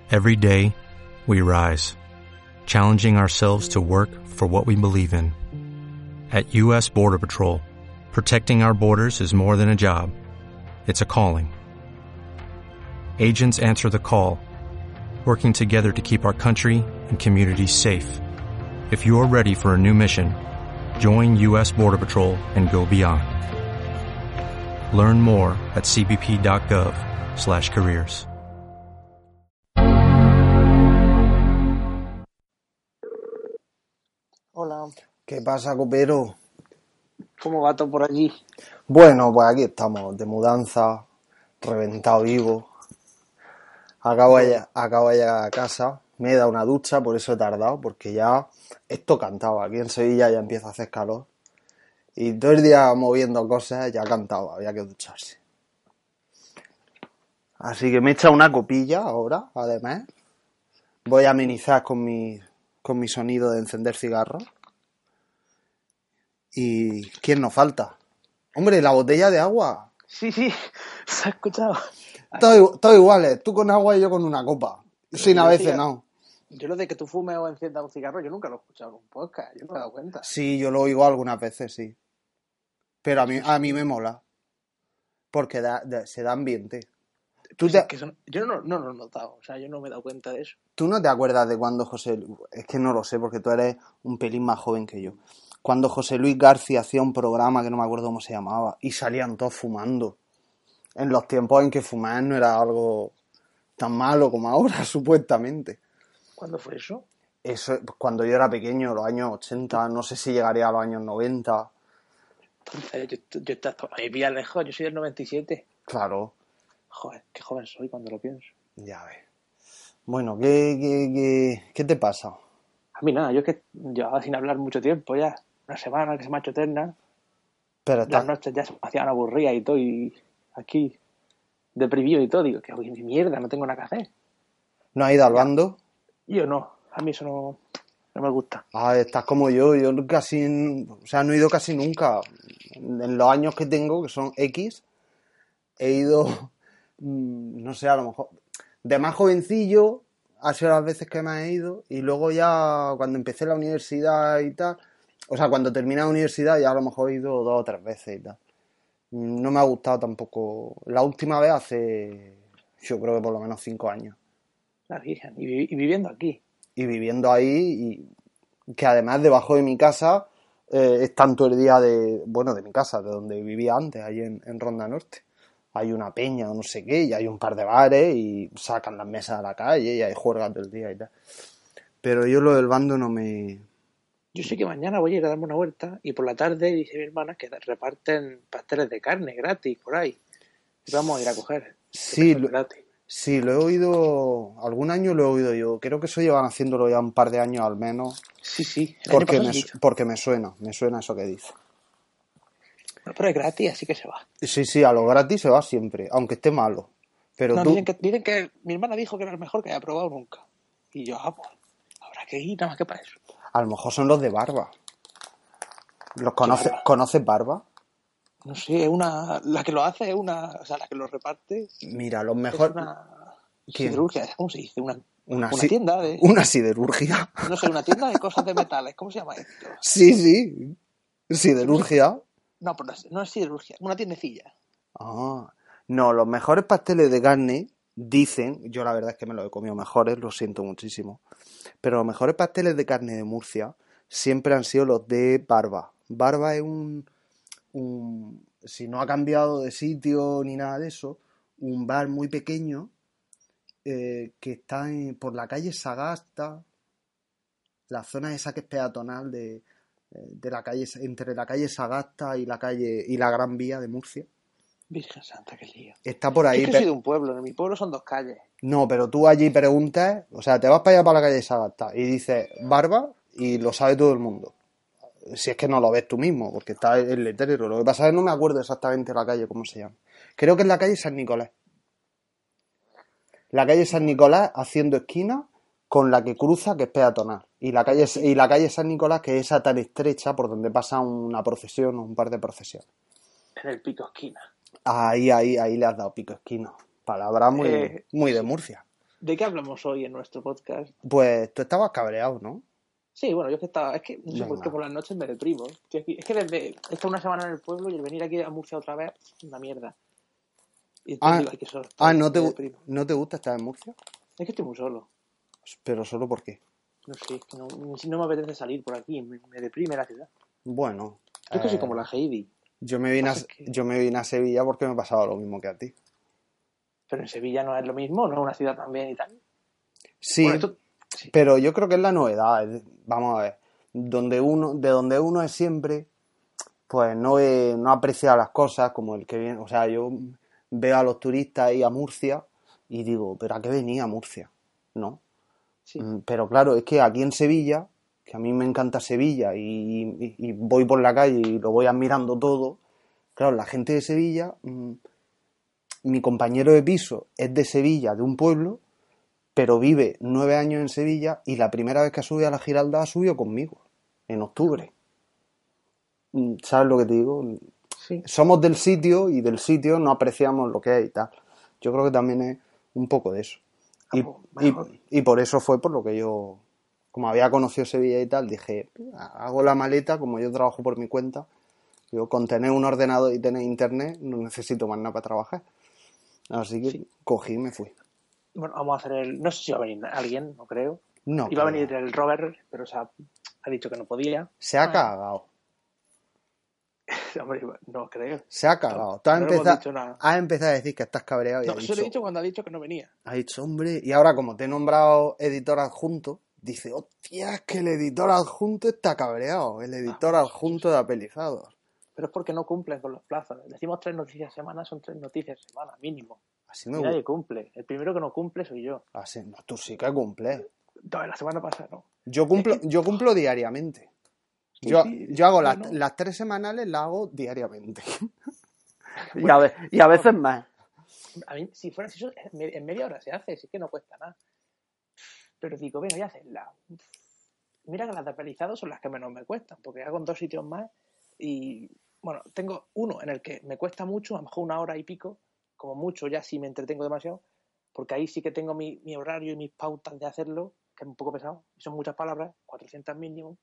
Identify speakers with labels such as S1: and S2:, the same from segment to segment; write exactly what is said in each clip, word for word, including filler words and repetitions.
S1: Every day, we rise, challenging ourselves to work for what we believe in. At U S Border Patrol, protecting our borders is more than a job. It's a calling. Agents answer the call, working together to keep our country and communities safe. If you're ready for a new mission, join U S Border Patrol and go beyond. Learn more at c b p dot gov slash careers.
S2: Hola.
S3: ¿Qué pasa, copero?
S2: ¿Cómo va todo por allí?
S3: Bueno, pues aquí estamos, de mudanza, reventado vivo. Acabo de, acabo de llegar a casa, me he dado una ducha, por eso he tardado, porque ya esto cantaba. Aquí en Sevilla ya empieza a hacer calor. Y todo el día moviendo cosas, ya cantaba, había que ducharse. Así que me he echado una copilla ahora, además. Voy a amenizar con mi, con mi sonido de encender cigarros. ¿Y quién nos falta? Hombre, la botella de agua.
S2: Sí, sí, se ha escuchado.
S3: Todos todo iguales, tú con agua y yo con una copa. Sin haber cenado.
S2: Yo lo de que tú fumes o enciendas un cigarro, yo nunca lo he escuchado en un podcast, yo no me he dado cuenta.
S3: Sí, yo lo oigo algunas veces, sí. Pero a mí, a mí me mola. Porque da, da, se da ambiente. ¿Tú
S2: Pues
S3: te...
S2: es que son... Yo no, no lo he notado, o sea, yo no me he dado cuenta de eso.
S3: ¿Tú no te acuerdas de cuando José... Es que no lo sé, porque tú eres un pelín más joven que yo. Cuando José Luis García hacía un programa que no me acuerdo cómo se llamaba, y salían todos fumando. En los tiempos en que fumar no era algo tan malo como ahora, supuestamente.
S2: ¿Cuándo fue eso?
S3: Eso, cuando yo era pequeño, los años ochenta, no sé si llegaría a los años noventa.
S2: Entonces, yo, yo, yo me pilla lejos, yo soy del noventa y siete.
S3: Claro.
S2: Joder, qué joven soy cuando lo pienso.
S3: Ya ves. Bueno, ¿qué, qué, qué, qué te pasa?
S2: A mí nada, yo es que llevaba sin hablar mucho tiempo ya. Una semana que se me ha hecho eterna.
S3: Pero
S2: está... Las noches ya se me hacían aburridas y todo, y aquí deprimido y todo. Digo, que hoy ni mierda, no tengo nada que hacer.
S3: ¿No has ido al bando?
S2: Yo no, a mí eso no, no me gusta.
S3: Ah, estás como yo, yo casi, o sea, no he ido casi nunca. En los años que tengo, que son X, he ido, no sé, a lo mejor, de más jovencillo, ha sido las veces que me he ido, y luego ya cuando empecé la universidad y tal, o sea, cuando terminé la universidad ya a lo mejor he ido dos o tres veces y tal. No me ha gustado tampoco. La última vez hace, yo creo que por lo menos cinco años.
S2: La Virgen, y, y viviendo aquí.
S3: Y viviendo ahí, y que además debajo de mi casa eh, es tanto el día de, bueno, de mi casa, de donde vivía antes, ahí en, en Ronda Norte. Hay una peña o no sé qué, y hay un par de bares, y sacan las mesas a la calle, y hay juergas del día y tal. Pero yo lo del bando no me...
S2: Yo sé que mañana voy a ir a darme una vuelta, y por la tarde dice mi hermana que reparten pasteles de carne gratis por ahí. Y vamos a ir a coger.
S3: Sí, lo, sí, lo he oído, algún año lo he oído yo. Creo que eso llevan haciéndolo ya un par de años al menos.
S2: Sí, sí.
S3: Porque me, porque me suena, me suena eso que dice.
S2: Bueno, pero es gratis, así que se va.
S3: Sí, sí, a lo gratis se va siempre, aunque esté malo. Pero
S2: no,
S3: tú...
S2: dicen, que, dicen que mi hermana dijo que era el mejor que haya probado nunca. Y yo, ah, pues, habrá que ir nada más que para eso.
S3: A lo mejor son los de Barba. ¿Los conoce, barba? ¿Conoces Barba?
S2: No sé, una, la que lo hace es una, o sea, la que lo reparte.
S3: Mira, los mejores.
S2: Una siderurgia, ¿cómo se dice? Una,
S3: una,
S2: una
S3: si...
S2: tienda de.
S3: Una siderurgia.
S2: No sé, una tienda de cosas de metales, ¿cómo se llama esto?
S3: Sí, sí. Siderurgia.
S2: No, pero no es siderurgia, una tiendecilla.
S3: Ah, no, los mejores pasteles de carne dicen, yo la verdad es que me los he comido mejores, lo siento muchísimo, pero los mejores pasteles de carne de Murcia siempre han sido los de Barba. Barba es un, un, si no ha cambiado de sitio ni nada de eso, un bar muy pequeño eh, que está en, por la calle Sagasta, la zona esa que es peatonal de, de la calle, entre la calle Sagasta y la calle y la Gran Vía de Murcia.
S2: Virgen Santa, qué lío.
S3: Está por ahí.
S2: Yo es que soy de un pueblo, en mi pueblo son dos calles.
S3: No, pero tú allí preguntas, o sea, te vas para allá para la calle Sagasta y dices Barba y lo sabe todo el mundo. Si es que no lo ves tú mismo, porque está el letrero. Lo que pasa es que no me acuerdo exactamente la calle, cómo se llama. Creo que es la calle San Nicolás. La calle San Nicolás haciendo esquina con la que cruza, que es peatonal. Y la calle, y la calle San Nicolás, que es esa tan estrecha por donde pasa una procesión o un par de procesiones.
S2: En el pico esquina.
S3: Ahí, ahí, ahí le has dado pico esquina. Palabra muy, eh, muy de Murcia.
S2: ¿De qué hablamos hoy en nuestro podcast?
S3: Pues tú estabas cabreado, ¿no?
S2: Sí, bueno, yo es que estaba, es que no sé
S3: Venga.
S2: por qué por las noches me deprimo. Estoy aquí- es que desde, he estado una semana en el pueblo y el venir aquí a Murcia otra vez, una mierda. Y entonces
S3: Ah,
S2: digo, ay, que solo estoy,
S3: ah ¿no, te,
S2: me
S3: gu-
S2: deprimo.
S3: ¿no te gusta estar en Murcia?
S2: Es que estoy muy solo.
S3: Pero solo por qué.
S2: No sé, es que no, ni- no me apetece salir por aquí, me, me deprime la ciudad.
S3: Bueno,
S2: Yo es que soy
S3: eh,
S2: como la Heidi,
S3: yo me vine a,
S2: pasa que-
S3: yo me vine a Sevilla porque me pasaba lo mismo que a ti.
S2: pero en Sevilla no es lo mismo, no es una ciudad también y tal.
S3: Sí,
S2: Bueno, esto, sí.
S3: pero yo creo que es la novedad. es- Vamos a ver, donde uno, de donde uno es siempre, pues no, ve- no aprecia las cosas como el que viene. O sea, yo veo a los turistas ir a Murcia y digo, ¿pero a qué venía a Murcia? ¿No?
S2: Sí.
S3: Mm, Pero claro, es que aquí en Sevilla, que a mí me encanta Sevilla y, y- y voy por la calle y lo voy admirando todo, claro, la gente de Sevilla, mm, mi compañero de piso es de Sevilla, de un pueblo, pero vive nueve años en Sevilla y la primera vez que ha subido a la Giralda ha subido conmigo, en octubre. Mm, ¿Sabes lo que te digo?
S2: Sí.
S3: Somos del sitio y del sitio no apreciamos lo que es y tal. Yo creo que también es un poco de eso.
S2: Ah,
S3: Y,
S2: pues,
S3: y,
S2: mejor.
S3: y por eso fue por lo que yo, como había conocido Sevilla y tal, dije, hago la maleta, como yo trabajo por mi cuenta, yo con tener un ordenador y tener internet no necesito más nada para trabajar. Así que
S2: Sí.
S3: cogí y me fui.
S2: Bueno, vamos a hacer el... No sé si va a venir alguien, no creo.
S3: No,
S2: Iba a
S3: creo.
S2: venir el Robert, pero o sea, ha dicho que no podía.
S3: Se ha
S2: Ah,
S3: cagado.
S2: hombre, no creo.
S3: Se ha cagado. Tú has,
S2: No le hemos
S3: empezado,
S2: dicho nada.
S3: has empezado a decir que estás cabreado y
S2: No,
S3: has
S2: se
S3: dicho,
S2: lo he dicho cuando ha dicho que no venía.
S3: ha dicho, hombre, y ahora como te he nombrado editor adjunto, dice, hostia, es que el editor adjunto está cabreado, el editor
S2: Vamos,
S3: adjunto de Apelizados.
S2: Pero es porque no cumplen con los plazos. Decimos tres noticias semana, son tres noticias semana, mínimo.
S3: Así me
S2: Y nadie
S3: gusta.
S2: cumple. El primero que no cumple soy yo.
S3: Así, no, tú sí que cumples.
S2: No, la semana pasada no.
S3: Yo cumplo,
S2: Es que-
S3: yo cumplo diariamente.
S2: Sí,
S3: Yo,
S2: sí,
S3: yo hago las,
S2: bueno.
S3: las tres semanales, las hago diariamente. y, a ve- y a veces más.
S2: A mí, si fuera así, eso en media hora se hace, sí que no cuesta nada. Pero digo, venga, voy a hacerla. Mira que las de apelizados son las que menos me cuestan, porque hago en dos sitios más y, bueno, tengo uno en el que me cuesta mucho, a lo mejor una hora y pico, como mucho ya si me entretengo demasiado, porque ahí sí que tengo mi, mi horario y mis pautas de hacerlo, que es un poco pesado, y son muchas palabras, cuatrocientas mínimo.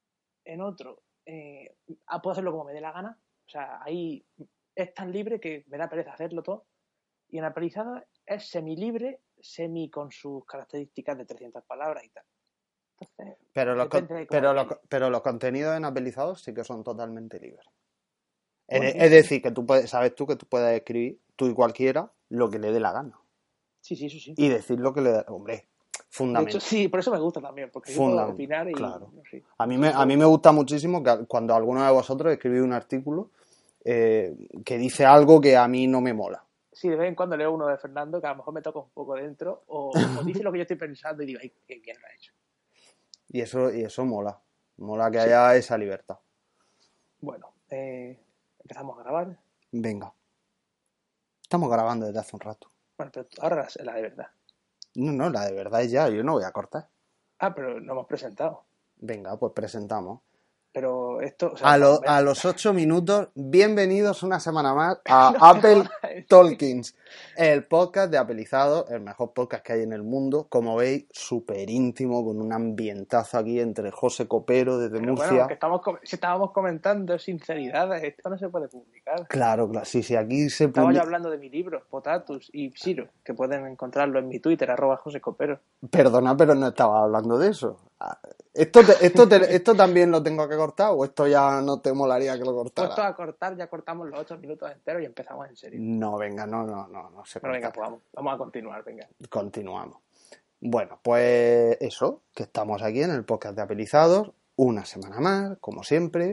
S2: En otro, eh, puedo hacerlo como me dé la gana, o sea, ahí es tan libre que me da pereza hacerlo todo, y en apelizado es semi-libre, semi con sus características de trescientas palabras y tal. Entonces,
S3: Pero los, con-
S2: depende de cómo
S3: pero,
S2: lo
S3: los,
S2: pilles.
S3: pero los contenidos en Apelizados sí que son totalmente libres. Es,
S2: Bueno,
S3: de-
S2: sí,
S3: es
S2: sí.
S3: decir, que tú puedes, sabes tú que tú puedes escribir, tú y cualquiera, lo que le dé la gana.
S2: Sí, sí, eso sí.
S3: Y decir lo que le dé. Hombre,
S2: De
S3: fundamental.
S2: hecho, sí, por eso me gusta también, porque yo puedo
S3: Fundam-
S2: opinar y...
S3: claro.
S2: No sé.
S3: A mí me, a mí me gusta muchísimo que cuando alguno de vosotros escribís un artículo eh, que dice algo que a mí no me mola.
S2: Sí, de vez en cuando leo uno de Fernando que a lo mejor me toca un poco dentro o, o dice lo que yo estoy pensando y digo, ay, qué bien lo ha hecho.
S3: Y eso, y eso mola. Mola que
S2: Sí.
S3: haya esa libertad.
S2: Bueno, eh, empezamos a grabar.
S3: Venga. Estamos grabando desde hace un rato.
S2: Bueno, pero ahora la, la de verdad.
S3: No, no, la de verdad es ya, yo no voy a cortar.
S2: Ah, pero no hemos presentado.
S3: Venga, pues presentamos.
S2: Pero esto... O sea,
S3: A, lo-
S2: ver-
S3: a los ocho minutos, bienvenidos una semana más a Apple Talkings, el podcast de Apelizado, el mejor podcast que hay en el mundo. Como veis, súper íntimo, con un ambientazo aquí entre José Copero desde
S2: Pero
S3: Murcia.
S2: bueno, que estamos, com- si estábamos comentando sinceridades, esto no se puede publicar.
S3: Claro, claro, sí, sí, aquí se
S2: Estaba yo
S3: publica.
S2: hablando de mi libro, Potatus y Psiro, que pueden encontrarlo en mi Twitter, arroba José Copero.
S3: Perdona, pero no estaba hablando de eso. ¿Esto, te- esto, te- ¿Esto también lo tengo que cortar o esto ya no te molaría que lo cortara?
S2: Puesto a cortar, ya cortamos los ocho minutos enteros y empezamos en serio.
S3: No, venga, no, no, no, no se
S2: Bueno, venga,
S3: corta.
S2: pues vamos, vamos a continuar, venga.
S3: Continuamos. Bueno, pues eso, que estamos aquí en el podcast de Apelizados, una semana más, como siempre.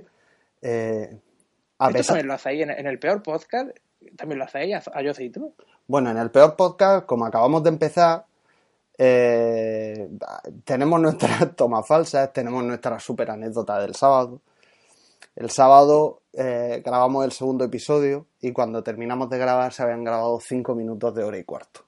S3: Eh, a
S2: Esto
S3: pesar-
S2: también lo hacéis en, en el peor podcast, también lo hacéis a, a Yoce y tú.
S3: Bueno, en el peor podcast, como acabamos de empezar, eh, tenemos nuestras tomas falsas, tenemos nuestra super anécdota del sábado. El sábado eh, grabamos el segundo episodio y cuando terminamos de grabar se habían grabado cinco minutos de hora y cuarto.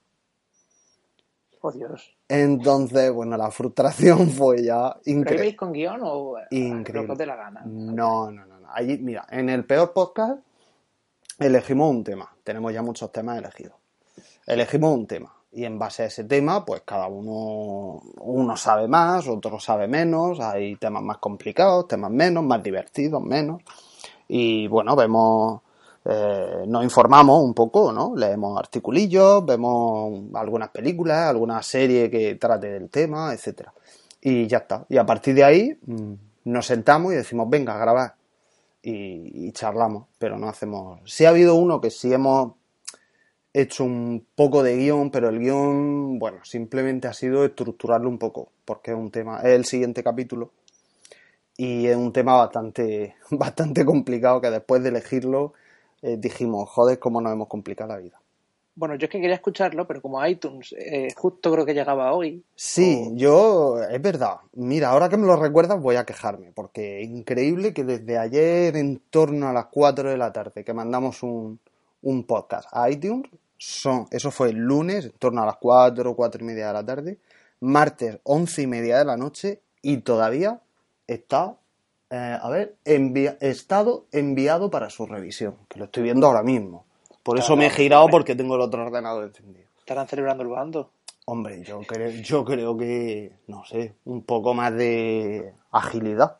S2: Oh, Dios.
S3: Entonces, bueno, la frustración fue ya
S2: ¿Pero
S3: increíble.
S2: veis con guión o eh,
S3: Increíble.
S2: lo que os dé la gana?
S3: No, no, no, no. Allí, mira, en el peor podcast elegimos un tema. Tenemos ya muchos temas elegidos. Elegimos un tema. Y en base a ese tema, pues cada uno, uno sabe más, otro sabe menos, hay temas más complicados, temas menos, más divertidos, menos. Y bueno, vemos, eh, nos informamos un poco, ¿no? Leemos articulillos, vemos algunas películas, alguna serie que trate del tema, etcétera. Y ya está. Y a partir de ahí mmm, nos sentamos y decimos, venga, a grabar. Y, y charlamos, pero no hacemos... Sí ha habido uno que sí hemos hecho un poco de guión, pero el guión, bueno, simplemente ha sido estructurarlo un poco, porque es un tema, es el siguiente capítulo y es un tema bastante, bastante complicado que después de elegirlo eh, dijimos, joder, cómo nos hemos complicado la vida.
S2: Bueno, yo es que quería escucharlo, pero como iTunes eh, justo creo que llegaba hoy.
S3: Sí, o... yo, es verdad. Mira, ahora que me lo recuerdas voy a quejarme, porque es increíble que desde ayer en torno a las cuatro de la tarde que mandamos un, un podcast a iTunes, son, eso fue el lunes, en torno a las cuatro, cuatro y media de la tarde, martes, once y media de la noche, y todavía está, eh, a ver, envi- estado enviado para su revisión, que lo estoy viendo ahora mismo. Por eso me he girado porque tengo el otro ordenador encendido.
S2: ¿Estarán celebrando el bando?
S3: Hombre, yo creo, yo creo que, no sé, un poco más de agilidad.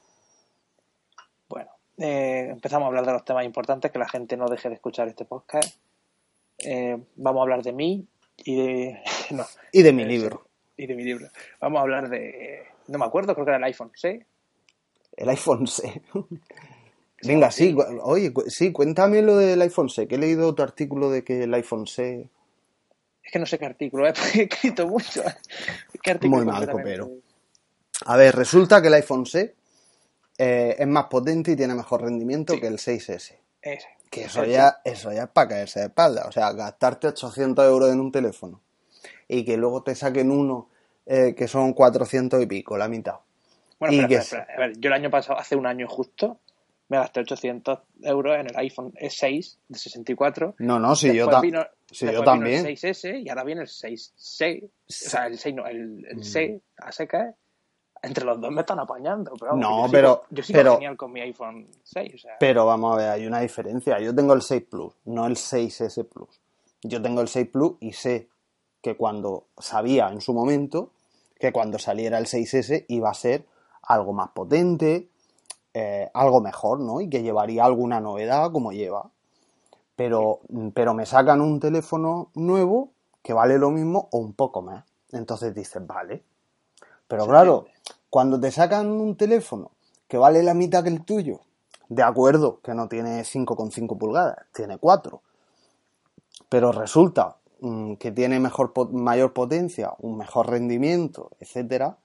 S2: Bueno, eh, empezamos a hablar de los temas importantes, que la gente no deje de escuchar este podcast. Eh, vamos a hablar de mí y de... no,
S3: y de mi
S2: eh,
S3: libro.
S2: Y de mi libro. Vamos a hablar de... No me acuerdo, creo que era el iPhone seis.
S3: El iPhone seis. Venga, sí, oye, sí, cuéntame lo del iPhone seis, que he leído tu artículo de que el iPhone seis...
S2: Es que no sé qué artículo, ¿eh? Porque he escrito mucho. ¿Qué artículo?
S3: Muy mal, copero. A ver, resulta que el iPhone seis eh, es más potente y tiene mejor rendimiento sí. que el seis ese.
S2: Ese.
S3: Que eso ya, eso ya es para caerse de espalda. O sea, gastarte ochocientos euros en un teléfono y que luego te saquen uno eh, que son cuatrocientos y pico, la mitad.
S2: Bueno, espera, espera, espera. A ver, yo el año pasado, hace un año justo, me gasté ochocientos euros en el iPhone seis de sesenta y cuatro.
S3: No, no, si yo, ta- vino, si yo también.
S2: Vino el seis ese y ahora viene el seis seis. Sí. O sea, el seis no, el, el mm. seis a secas. Entre los dos me están apañando. Pero vamos,
S3: no,
S2: yo
S3: pero...
S2: Sigo, yo sigo
S3: pero,
S2: genial con mi iPhone seis. O sea.
S3: Pero vamos a ver, hay una diferencia. Yo tengo el seis Plus, no el seis ese Plus. Yo tengo el seis Plus y sé que cuando sabía en su momento que cuando saliera el seis ese iba a ser algo más potente, eh, algo mejor, ¿no? Y que llevaría alguna novedad como lleva. Pero, pero me sacan un teléfono nuevo que vale lo mismo o un poco más. Entonces dices, vale. Pero claro, cuando te sacan un teléfono que vale la mitad que el tuyo, de acuerdo, que no tiene cinco coma cinco pulgadas, tiene cuatro, pero resulta mmm, que tiene mejor, mayor potencia, un mejor rendimiento, etcétera,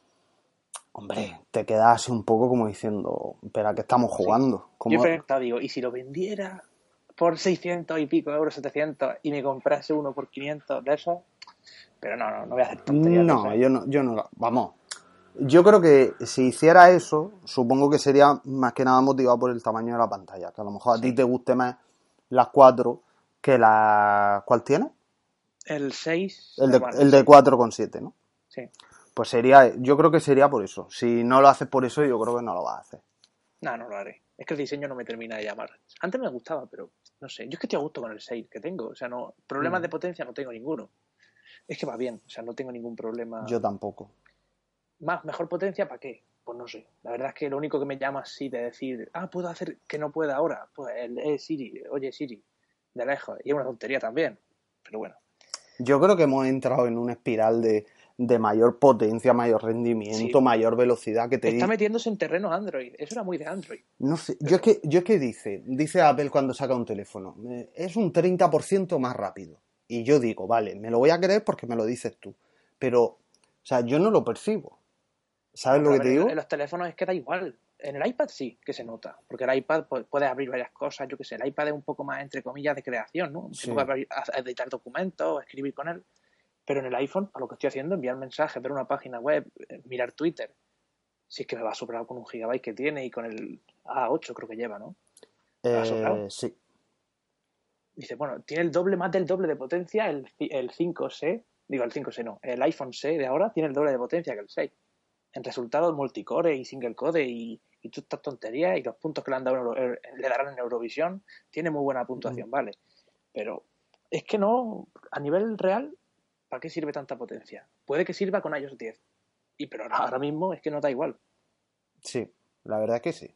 S3: hombre, te quedas así un poco como diciendo, ¿pero a qué estamos jugando?
S2: Sí.
S3: ¿Cómo...
S2: Yo pregunto, digo, ¿y si lo vendiera por seiscientos y pico euros, setecientos, y me comprase uno por quinientos de esos? Pero no, no, no voy a hacer tonterías.
S3: No, yo no, yo no, vamos, yo creo que si hiciera eso, supongo que sería más que nada motivado por el tamaño de la pantalla, que a lo mejor a sí. ti te guste más las cuatro que la... ¿Cuál tienes?
S2: El seis.
S3: El de, el de cuatro coma siete, ¿no?
S2: Sí.
S3: Pues sería, yo creo que sería por eso. Si no lo haces por eso, yo creo que no lo vas a hacer.
S2: No, no lo haré. Es que el diseño no me termina de llamar. Antes me gustaba, pero no sé. Yo es que estoy a gusto con el seis que tengo. O sea, no problemas mm. de potencia no tengo ninguno. Es que va bien. O sea, no tengo ningún problema.
S3: Yo tampoco.
S2: Más, mejor potencia, ¿para qué? Pues no sé. La verdad es que lo único que me llama así de decir, ah, puedo hacer que no pueda ahora. Pues el, el Siri, oye Siri, de lejos. Y es una tontería también. Pero bueno.
S3: Yo creo que hemos entrado en una espiral de, de mayor potencia, mayor rendimiento, sí. mayor velocidad que te
S2: está metiéndose en terreno Android. Eso era muy de Android.
S3: No sé, pero... yo es que yo es que dice, dice Apple cuando saca un teléfono, es un treinta por ciento más rápido. Y yo digo, vale, me lo voy a creer porque me lo dices tú. Pero, o sea, yo no lo percibo. ¿Sabes
S2: no,
S3: lo que
S2: ver,
S3: te digo?
S2: En los teléfonos es que da igual. En el iPad sí que se nota, porque el iPad puedes abrir varias cosas, yo qué sé, el iPad es un poco más, entre comillas, de creación, ¿no? Sí. Puedes editar documentos, escribir con él, pero en el iPhone, para lo que estoy haciendo, enviar mensajes, ver una página web, mirar Twitter, si es que me va a sobrar con un gigabyte que tiene y con el A ocho creo que lleva, ¿no? ¿Me va a sobrar?
S3: Eh, sí.
S2: Dice, bueno, tiene el doble, más del doble de potencia el, el cinco C, digo el cinco C no, el iPhone seis de ahora tiene el doble de potencia que el seis. En resultados multicore y single code y, y todas estas tonterías y los puntos que le han dado en Euro, le darán en Eurovisión, tiene muy buena puntuación, mm. vale. Pero es que no, a nivel real, ¿para qué sirve tanta potencia? Puede que sirva con iOS diez. Y pero ahora mismo es que no da igual.
S3: Sí, la verdad es que sí.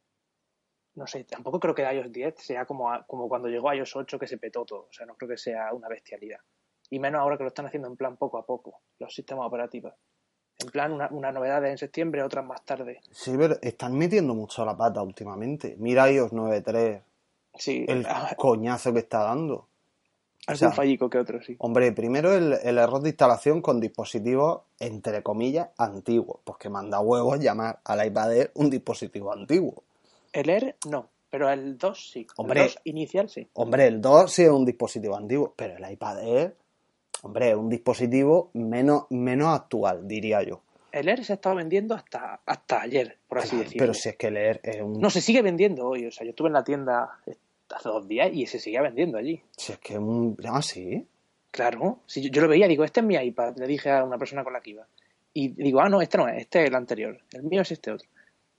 S2: No sé, tampoco creo que iOS diez sea como, como cuando llegó iOS ocho que se petó todo. O sea, no creo que sea una bestialidad. Y menos ahora que lo están haciendo en plan poco a poco, los sistemas operativos. En plan, una, una novedad en septiembre, otras más tarde.
S3: Sí, pero están metiendo mucho la pata últimamente. Mira iOS nueve punto tres,
S2: Sí,
S3: el
S2: ah,
S3: coñazo que está dando.
S2: algún
S3: O sea,
S2: fallico que otro, sí.
S3: Hombre, primero el, el error de instalación con dispositivos, entre comillas, antiguos. Pues que manda huevos llamar al iPad Air un dispositivo antiguo.
S2: El Air no, pero el dos sí.
S3: Hombre,
S2: el dos inicial sí.
S3: Hombre, el dos sí es un dispositivo antiguo, pero el iPad Air, hombre, es un dispositivo menos, menos actual, diría yo.
S2: El Air se ha estado vendiendo hasta, hasta ayer, por así
S3: Claro,
S2: decirlo.
S3: pero si es que el Air es un...
S2: No, se sigue vendiendo hoy. O sea, yo estuve en la tienda hace dos días y se seguía vendiendo allí.
S3: Si es que es un... Ah, sí.
S2: Claro, si yo, yo lo veía, digo, este es mi iPad, le dije a una persona con la que iba. Y digo, ah, no, este no es, este es el anterior. El mío es este otro.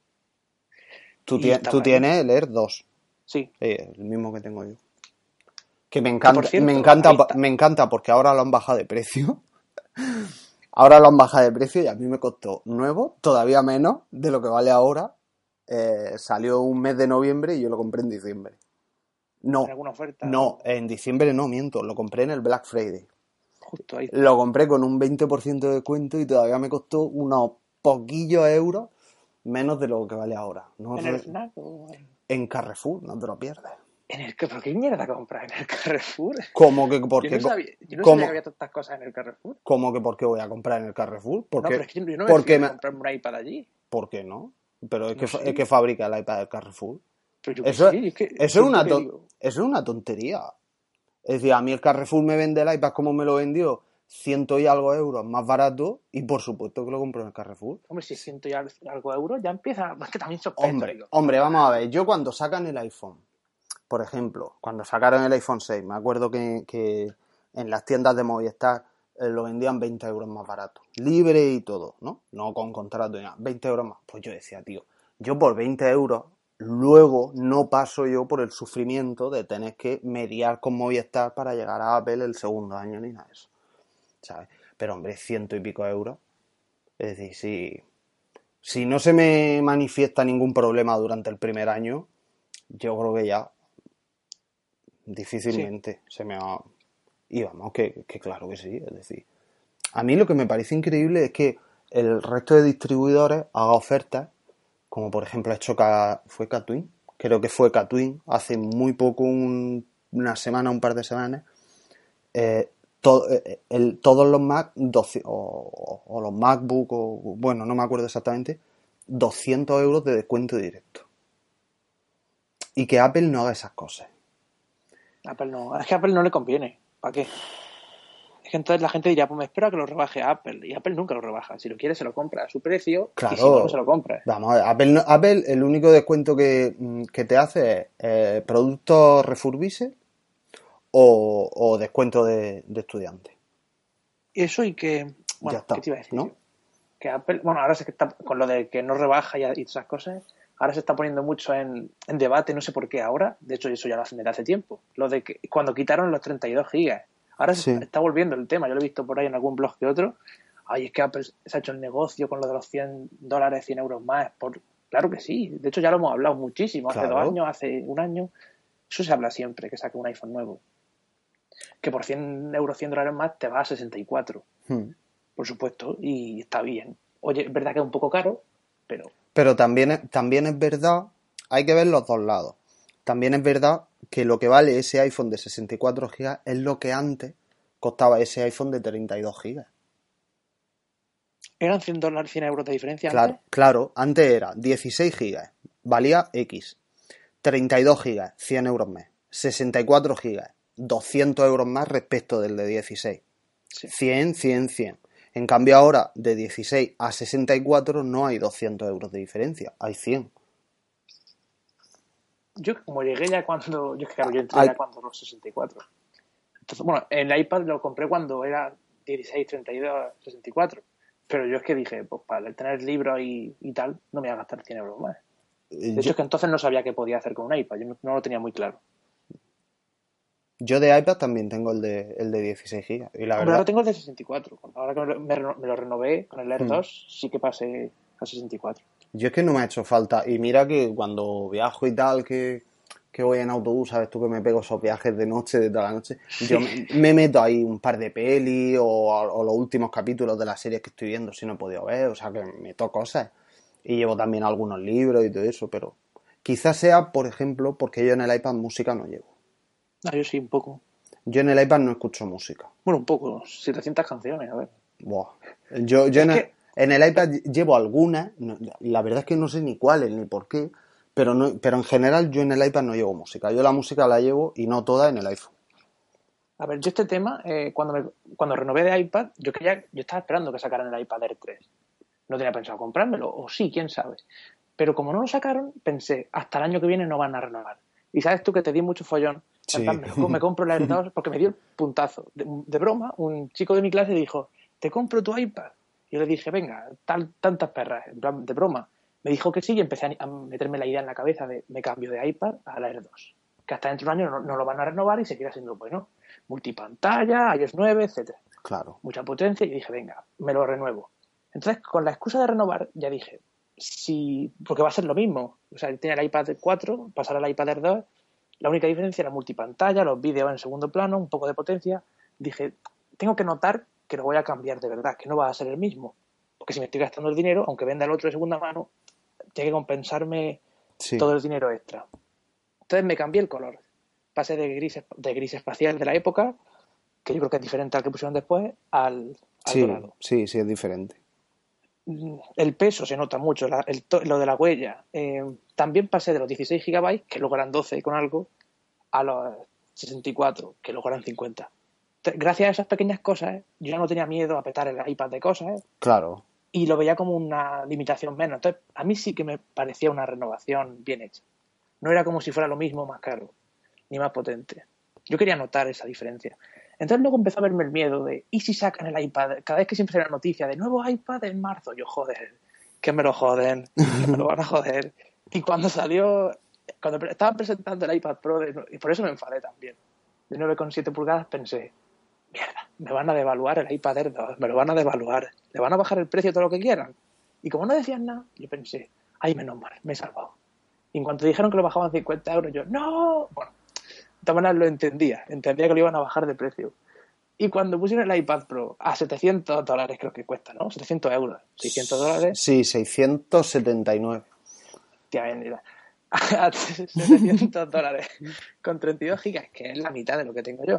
S3: Tú,
S2: Y
S3: tie-
S2: estaba
S3: tú
S2: ahí.
S3: tienes el Air dos.
S2: Sí,
S3: Eh, el mismo que tengo yo. Que me encanta,
S2: por cierto,
S3: me encanta,
S2: ahí está.
S3: me encanta porque ahora lo han bajado de precio. Ahora lo han bajado de precio y a mí me costó nuevo, todavía menos de lo que vale ahora. Eh, salió un mes de noviembre y yo lo compré en diciembre. No,
S2: en alguna oferta.
S3: no, en diciembre no, miento, lo compré en el Black Friday.
S2: Justo ahí.
S3: Lo compré con un veinte por ciento de descuento y todavía me costó unos poquillos euros menos de lo que vale ahora. No
S2: ¿En
S3: sé,
S2: el FNAC o en,
S3: en Carrefour, no te lo pierdes.
S2: en el ¿pero qué mierda compras en el Carrefour?
S3: ¿Cómo que porque
S2: yo no sabía, yo no
S3: cómo-
S2: sabía que había tantas cosas en el Carrefour.
S3: ¿Cómo que por qué voy a comprar en el Carrefour?
S2: No,
S3: Porque,
S2: pero es que yo no me
S3: porque
S2: fío de
S3: me-
S2: comprarme un iPad allí.
S3: ¿Por qué no? Pero es,
S2: No
S3: que, fa-
S2: sé.
S3: es que fabrica el iPad del Carrefour.
S2: Pero yo qué
S3: Eso,
S2: sé, es que
S3: eso, es
S2: siempre
S3: una
S2: que
S3: ton-
S2: digo,
S3: eso es una tontería. Es decir, a mí el Carrefour me vende el iPad como me lo vendió, ciento y algo euros más barato, y por supuesto que lo compro en el Carrefour.
S2: hombre, si siento ya algo de euros, ya empieza, es que también sospecho.
S3: Hombre,
S2: digo,
S3: hombre, vamos a ver, yo cuando sacan el iPhone, por ejemplo, cuando sacaron el iPhone seis, me acuerdo que, que en las tiendas de Movistar eh, lo vendían veinte euros más barato, libre y todo, ¿no? No con contrato ni nada, veinte euros más. Pues yo decía, tío, yo por veinte euros, luego no paso yo por el sufrimiento de tener que mediar con Movistar para llegar a Apple el segundo año ni nada de eso, ¿sabes? Pero hombre, ciento y pico euros, es decir, si, si no se me manifiesta ningún problema durante el primer año, yo creo que ya difícilmente se me va... Y vamos, que, que claro que sí, es decir, a mí lo que me parece increíble es que el resto de distribuidores haga ofertas, como por ejemplo ha hecho Ca... ¿fue Catwin? Creo que fue Catwin, hace muy poco, un- una semana, un par de semanas, eh, to- eh, el- todos los Mac doce o, o los MacBook, o, bueno, no me acuerdo exactamente, doscientos euros de descuento directo. Y que Apple no haga esas cosas.
S2: Apple no, es que a Apple no le conviene. ¿Para qué? Es que entonces la gente diría, pues me espero a que lo rebaje Apple. Y Apple nunca lo rebaja. Si lo quiere, se lo compra a su precio.
S3: Claro.
S2: Y si no, no se lo compra.
S3: Vamos a ver, Apple, no- Apple el único descuento que, mm, que te hace es eh, productos refurbished o, o descuento de, de estudiante.
S2: Y eso y que... Bueno,
S3: Ya está,
S2: ¿qué te iba a decir?
S3: ¿no?
S2: yo? Que Apple... Bueno, ahora se que está con lo de que no rebaja y, y esas cosas. Ahora se está poniendo mucho en, en debate, no sé por qué ahora. De hecho, eso ya lo hacen desde hace tiempo. Lo de que cuando quitaron los treinta y dos gigas. Ahora
S3: Sí.
S2: se está, está volviendo el tema. Yo lo he visto por ahí en algún blog que otro. Ay, es que Apple se ha hecho el negocio con lo de los cien dólares, cien euros más. Por... Claro que sí. De hecho, ya lo hemos hablado muchísimo. Hace
S3: Claro.
S2: dos años, hace un año. Eso se habla siempre, que saque un iPhone nuevo. Que por cien euros, cien dólares más, te va a sesenta y cuatro.
S3: Hmm.
S2: Por supuesto. Y está bien. Oye, es verdad que es un poco caro, pero...
S3: Pero también es, también es verdad, hay que ver los dos lados. También es verdad que lo que vale ese iPhone de sesenta y cuatro gigas es lo que antes costaba ese iPhone de treinta y dos gigas.
S2: ¿Eran cien dólares, cien euros de diferencia
S3: Claro,
S2: antes?
S3: claro, antes era dieciséis gigas, valía X. treinta y dos gigas, cien euros más. sesenta y cuatro gigas, doscientos euros más respecto del de dieciséis.
S2: Sí.
S3: cien, cien, cien. En cambio ahora, de dieciséis a sesenta y cuatro no hay doscientos euros de diferencia, hay cien.
S2: Yo como llegué ya cuando... Yo es que claro, yo entré
S3: Ay.
S2: ya cuando los sesenta y cuatro. Entonces, bueno, el iPad lo compré cuando era dieciséis, treinta y dos, sesenta y cuatro. Pero yo es que dije, pues para tener libros y, y tal, no me voy a gastar cien euros más. De hecho,
S3: Yo-
S2: es que entonces no sabía qué podía hacer con un iPad. Yo no, no lo tenía muy claro.
S3: Yo de iPad también tengo el de, el de dieciséis gigas. Y la
S2: Hombre,
S3: verdad,
S2: ahora tengo el de sesenta y cuatro. Ahora que me, lo- me reno- me lo renové con el Air
S3: hmm,
S2: dos, sí que pasé a sesenta y cuatro.
S3: yo es que no me ha hecho falta. Y mira que cuando viajo y tal, que, que voy en autobús, sabes tú que me pego esos viajes de noche, de toda la noche, yo
S2: Sí.
S3: me, me meto ahí un par de pelis o, o los últimos capítulos de las series que estoy viendo si no he podido ver, o sea que meto cosas. Y llevo también algunos libros y todo eso, pero quizás sea, por ejemplo, porque yo en el iPad música no llevo.
S2: Ah, yo sí, un poco.
S3: Yo en el iPad no escucho música.
S2: Bueno, un poco. setecientas canciones, a ver.
S3: Buah. Yo, yo
S2: Es
S3: en, el,
S2: que,
S3: en el iPad llevo algunas, no, la verdad es que no sé ni cuáles ni por qué, pero, no, pero en general yo en el iPad no llevo música. Yo la música la llevo y no toda en el iPhone.
S2: a ver, yo este tema, eh, cuando, me, cuando renové de iPad, yo quería, yo estaba esperando que sacaran el iPad Air tres. No tenía pensado comprármelo, o sí, quién sabe. Pero como no lo sacaron, pensé, hasta el año que viene no van a renovar. Y sabes tú que te di mucho follón. En plan,
S3: Sí.
S2: me, lo, me compro el Air dos porque me dio el puntazo. De, de broma, un chico de mi clase dijo, te compro tu iPad. Y yo le dije, venga, tal, tantas perras, en plan, de broma. Me dijo que sí y empecé a, a meterme la idea en la cabeza de me cambio de iPad al Air dos. Que hasta dentro de un año no, no lo van a renovar y seguirá siendo bueno. Multipantalla, iOS nueve, etcétera.
S3: Claro.
S2: Mucha potencia y dije, venga, me lo renuevo. Entonces, con la excusa de renovar, ya dije, si, porque va a ser lo mismo. O sea, tiene el iPad cuatro, pasar al iPad Air dos, la única diferencia era multipantalla, los vídeos en segundo plano, un poco de potencia. Dije, tengo que notar que lo voy a cambiar de verdad, que no va a ser el mismo. Porque si me estoy gastando el dinero, aunque venda el otro de segunda mano, tiene que compensarme
S3: Sí.
S2: todo el dinero extra. Entonces me cambié el color. Pasé de gris, de gris espacial de la época, que yo creo que es diferente al que pusieron después, al, al
S3: Sí,
S2: dorado.
S3: sí, sí, es diferente.
S2: El peso se nota mucho, la, el, lo de la huella. Eh, también pasé de los dieciséis gigabytes, que luego eran doce con algo, a los sesenta y cuatro, que luego eran cincuenta. Entonces, gracias a esas pequeñas cosas, yo ya no tenía miedo a petar el iPad de cosas
S3: Claro.
S2: y lo veía como una limitación menos. Entonces, a mí sí que me parecía una renovación bien hecha. No era como si fuera lo mismo, más caro, ni más potente. Yo quería notar esa diferencia. Entonces luego empezó a verme el miedo de, ¿y si sacan el iPad? Cada vez que siempre sale la noticia de nuevo iPad en marzo, yo, joder, que me lo joden, que me lo van a joder. Y cuando salió, cuando estaban presentando el iPad Pro, de, y por eso me enfadé también, de nueve coma siete pulgadas, pensé, mierda, me van a devaluar el iPad Air dos, me lo van a devaluar, le van a bajar el precio todo lo que quieran. Y como no decían nada, yo pensé, ay, menos mal, me he salvado. Y en cuanto dijeron que lo bajaban cincuenta euros, yo, no, bueno, de todas maneras lo entendía, entendía que lo iban a bajar de precio. Y cuando pusieron el iPad Pro a setecientos dólares, creo que cuesta, ¿no? setecientos euros, seiscientos dólares.
S3: Sí, seiscientos setenta y nueve.
S2: Tía, mira, a setecientos dólares con treinta y dos gigas, que es la mitad de lo que tengo yo.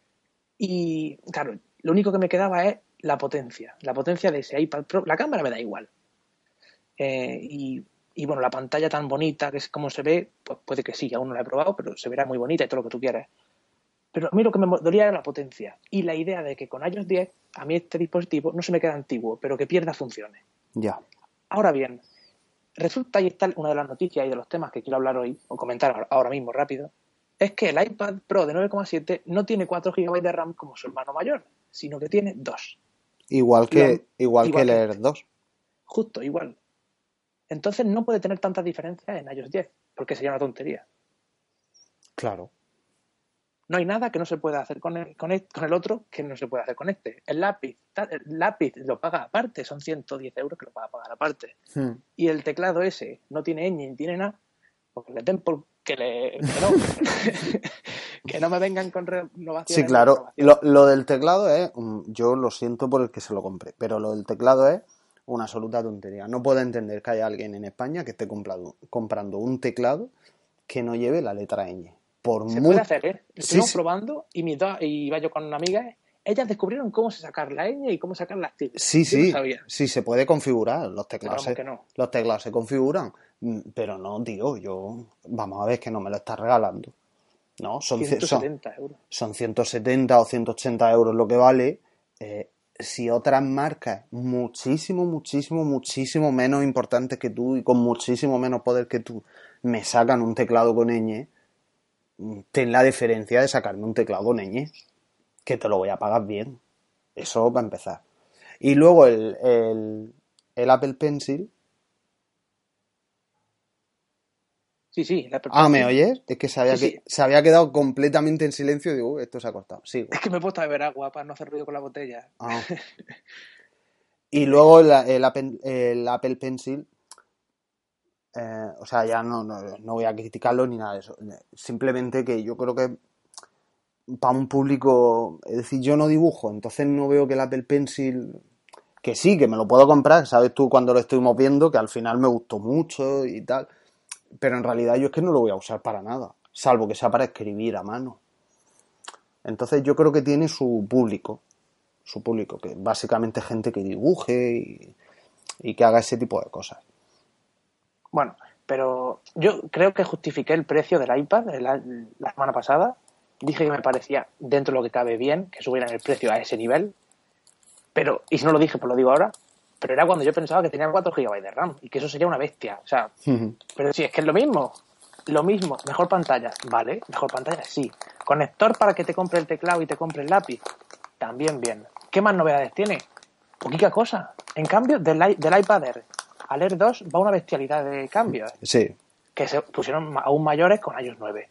S2: Y claro, lo único que me quedaba es la potencia, la potencia de ese iPad Pro. La cámara me da igual. Eh, y, y bueno, la pantalla tan bonita, que es como se ve, pues puede que sí, aún no la he probado, pero se verá muy bonita y todo lo que tú quieras. Pero a mí lo que me dolía era la potencia y la idea de que con iOS diez a mí este dispositivo no se me queda antiguo, pero que pierda funciones.
S3: Ya.
S2: Ahora bien, resulta, y está una de las noticias y de los temas que quiero hablar hoy, o comentar ahora mismo rápido, es que el iPad Pro de nueve coma siete no tiene cuatro gigabytes de RAM como su hermano mayor, sino que tiene dos.
S3: Igual que,
S2: Lo,
S3: igual, igual que el
S2: que
S3: Air
S2: este.
S3: dos.
S2: Justo, igual. Entonces no puede tener tantas diferencias en iOS diez, porque sería una tontería.
S3: Claro.
S2: No hay nada que no se pueda hacer con el, con el, con el otro que no se pueda hacer con este. El lápiz, el lápiz lo paga aparte, son ciento diez euros que lo va a pagar aparte.
S3: Hmm.
S2: Y el teclado ese no tiene ñ ni tiene nada, porque le den por que le que no, que no me vengan con renovaciones.
S3: Sí, claro. Lo, lo del teclado es, yo lo siento por el que se lo compré, pero lo del teclado es una absoluta tontería. No puedo entender que haya alguien en España que esté comprando, comprando un teclado que no lleve la letra ñ. Por
S2: se
S3: muy...
S2: puede hacer, ¿eh? Lo estuvimos
S3: sí, sí.
S2: probando y, mi do, y iba yo con una amiga, ellas descubrieron cómo se sacar la ñ y cómo sacar las tildes.
S3: Sí,
S2: yo
S3: sí,
S2: no sabía.
S3: sí, se puede configurar. Los teclados, se,
S2: que no.
S3: los teclados se configuran, pero no, tío, yo... Vamos a ver, que no me lo estás regalando. No, son
S2: ciento setenta
S3: son,
S2: euros.
S3: Son ciento setenta o ciento ochenta euros lo que vale. Eh, si otras marcas muchísimo, muchísimo, muchísimo menos importantes que tú y con muchísimo menos poder que tú me sacan un teclado con ñ, ten la diferencia de sacarme un teclado con ñ, que te lo voy a pagar bien. Eso va a empezar. Y luego el, el, el Apple Pencil.
S2: Sí, sí, el Apple
S3: Ah, ¿me
S2: Pencil.
S3: oyes? Es que se había,
S2: Sí,
S3: que,
S2: sí.
S3: se había quedado completamente en silencio y digo, "Uy, esto se ha cortado". Sigo.
S2: Es que me he puesto a beber agua para no hacer ruido con la botella.
S3: Ah. Y luego el, el Apple, el Apple Pencil, eh, o sea, ya no, no, no voy a criticarlo ni nada de eso. Simplemente que yo creo que para un público, es decir, yo no dibujo, entonces no veo que el Apple Pencil, que sí, que me lo puedo comprar, sabes tú cuando lo estuvimos viendo, que al final me gustó mucho y tal, pero en realidad yo es que no lo voy a usar para nada, salvo que sea para escribir a mano. Entonces yo creo que tiene su público, su público, que básicamente es gente que dibuje y, y que haga ese tipo de cosas.
S2: Bueno, pero yo creo que justifiqué el precio del iPad la, la semana pasada. Dije que me parecía, dentro de lo que cabe bien, que subieran el precio a ese nivel. Pero, y si no lo dije, pues lo digo ahora. Pero era cuando yo pensaba que tenía cuatro gigabytes de RAM y que eso sería una bestia. O sea, pero sí, es que es lo mismo. Lo mismo, mejor pantalla. Vale, mejor pantalla, sí. Conector para que te compre el teclado y te compre el lápiz. También bien. ¿Qué más novedades tiene? Poquita cosa. En cambio, del, del iPad Air al Air dos va una bestialidad de cambios.
S3: Sí.
S2: Que se pusieron aún mayores con iOS nueve.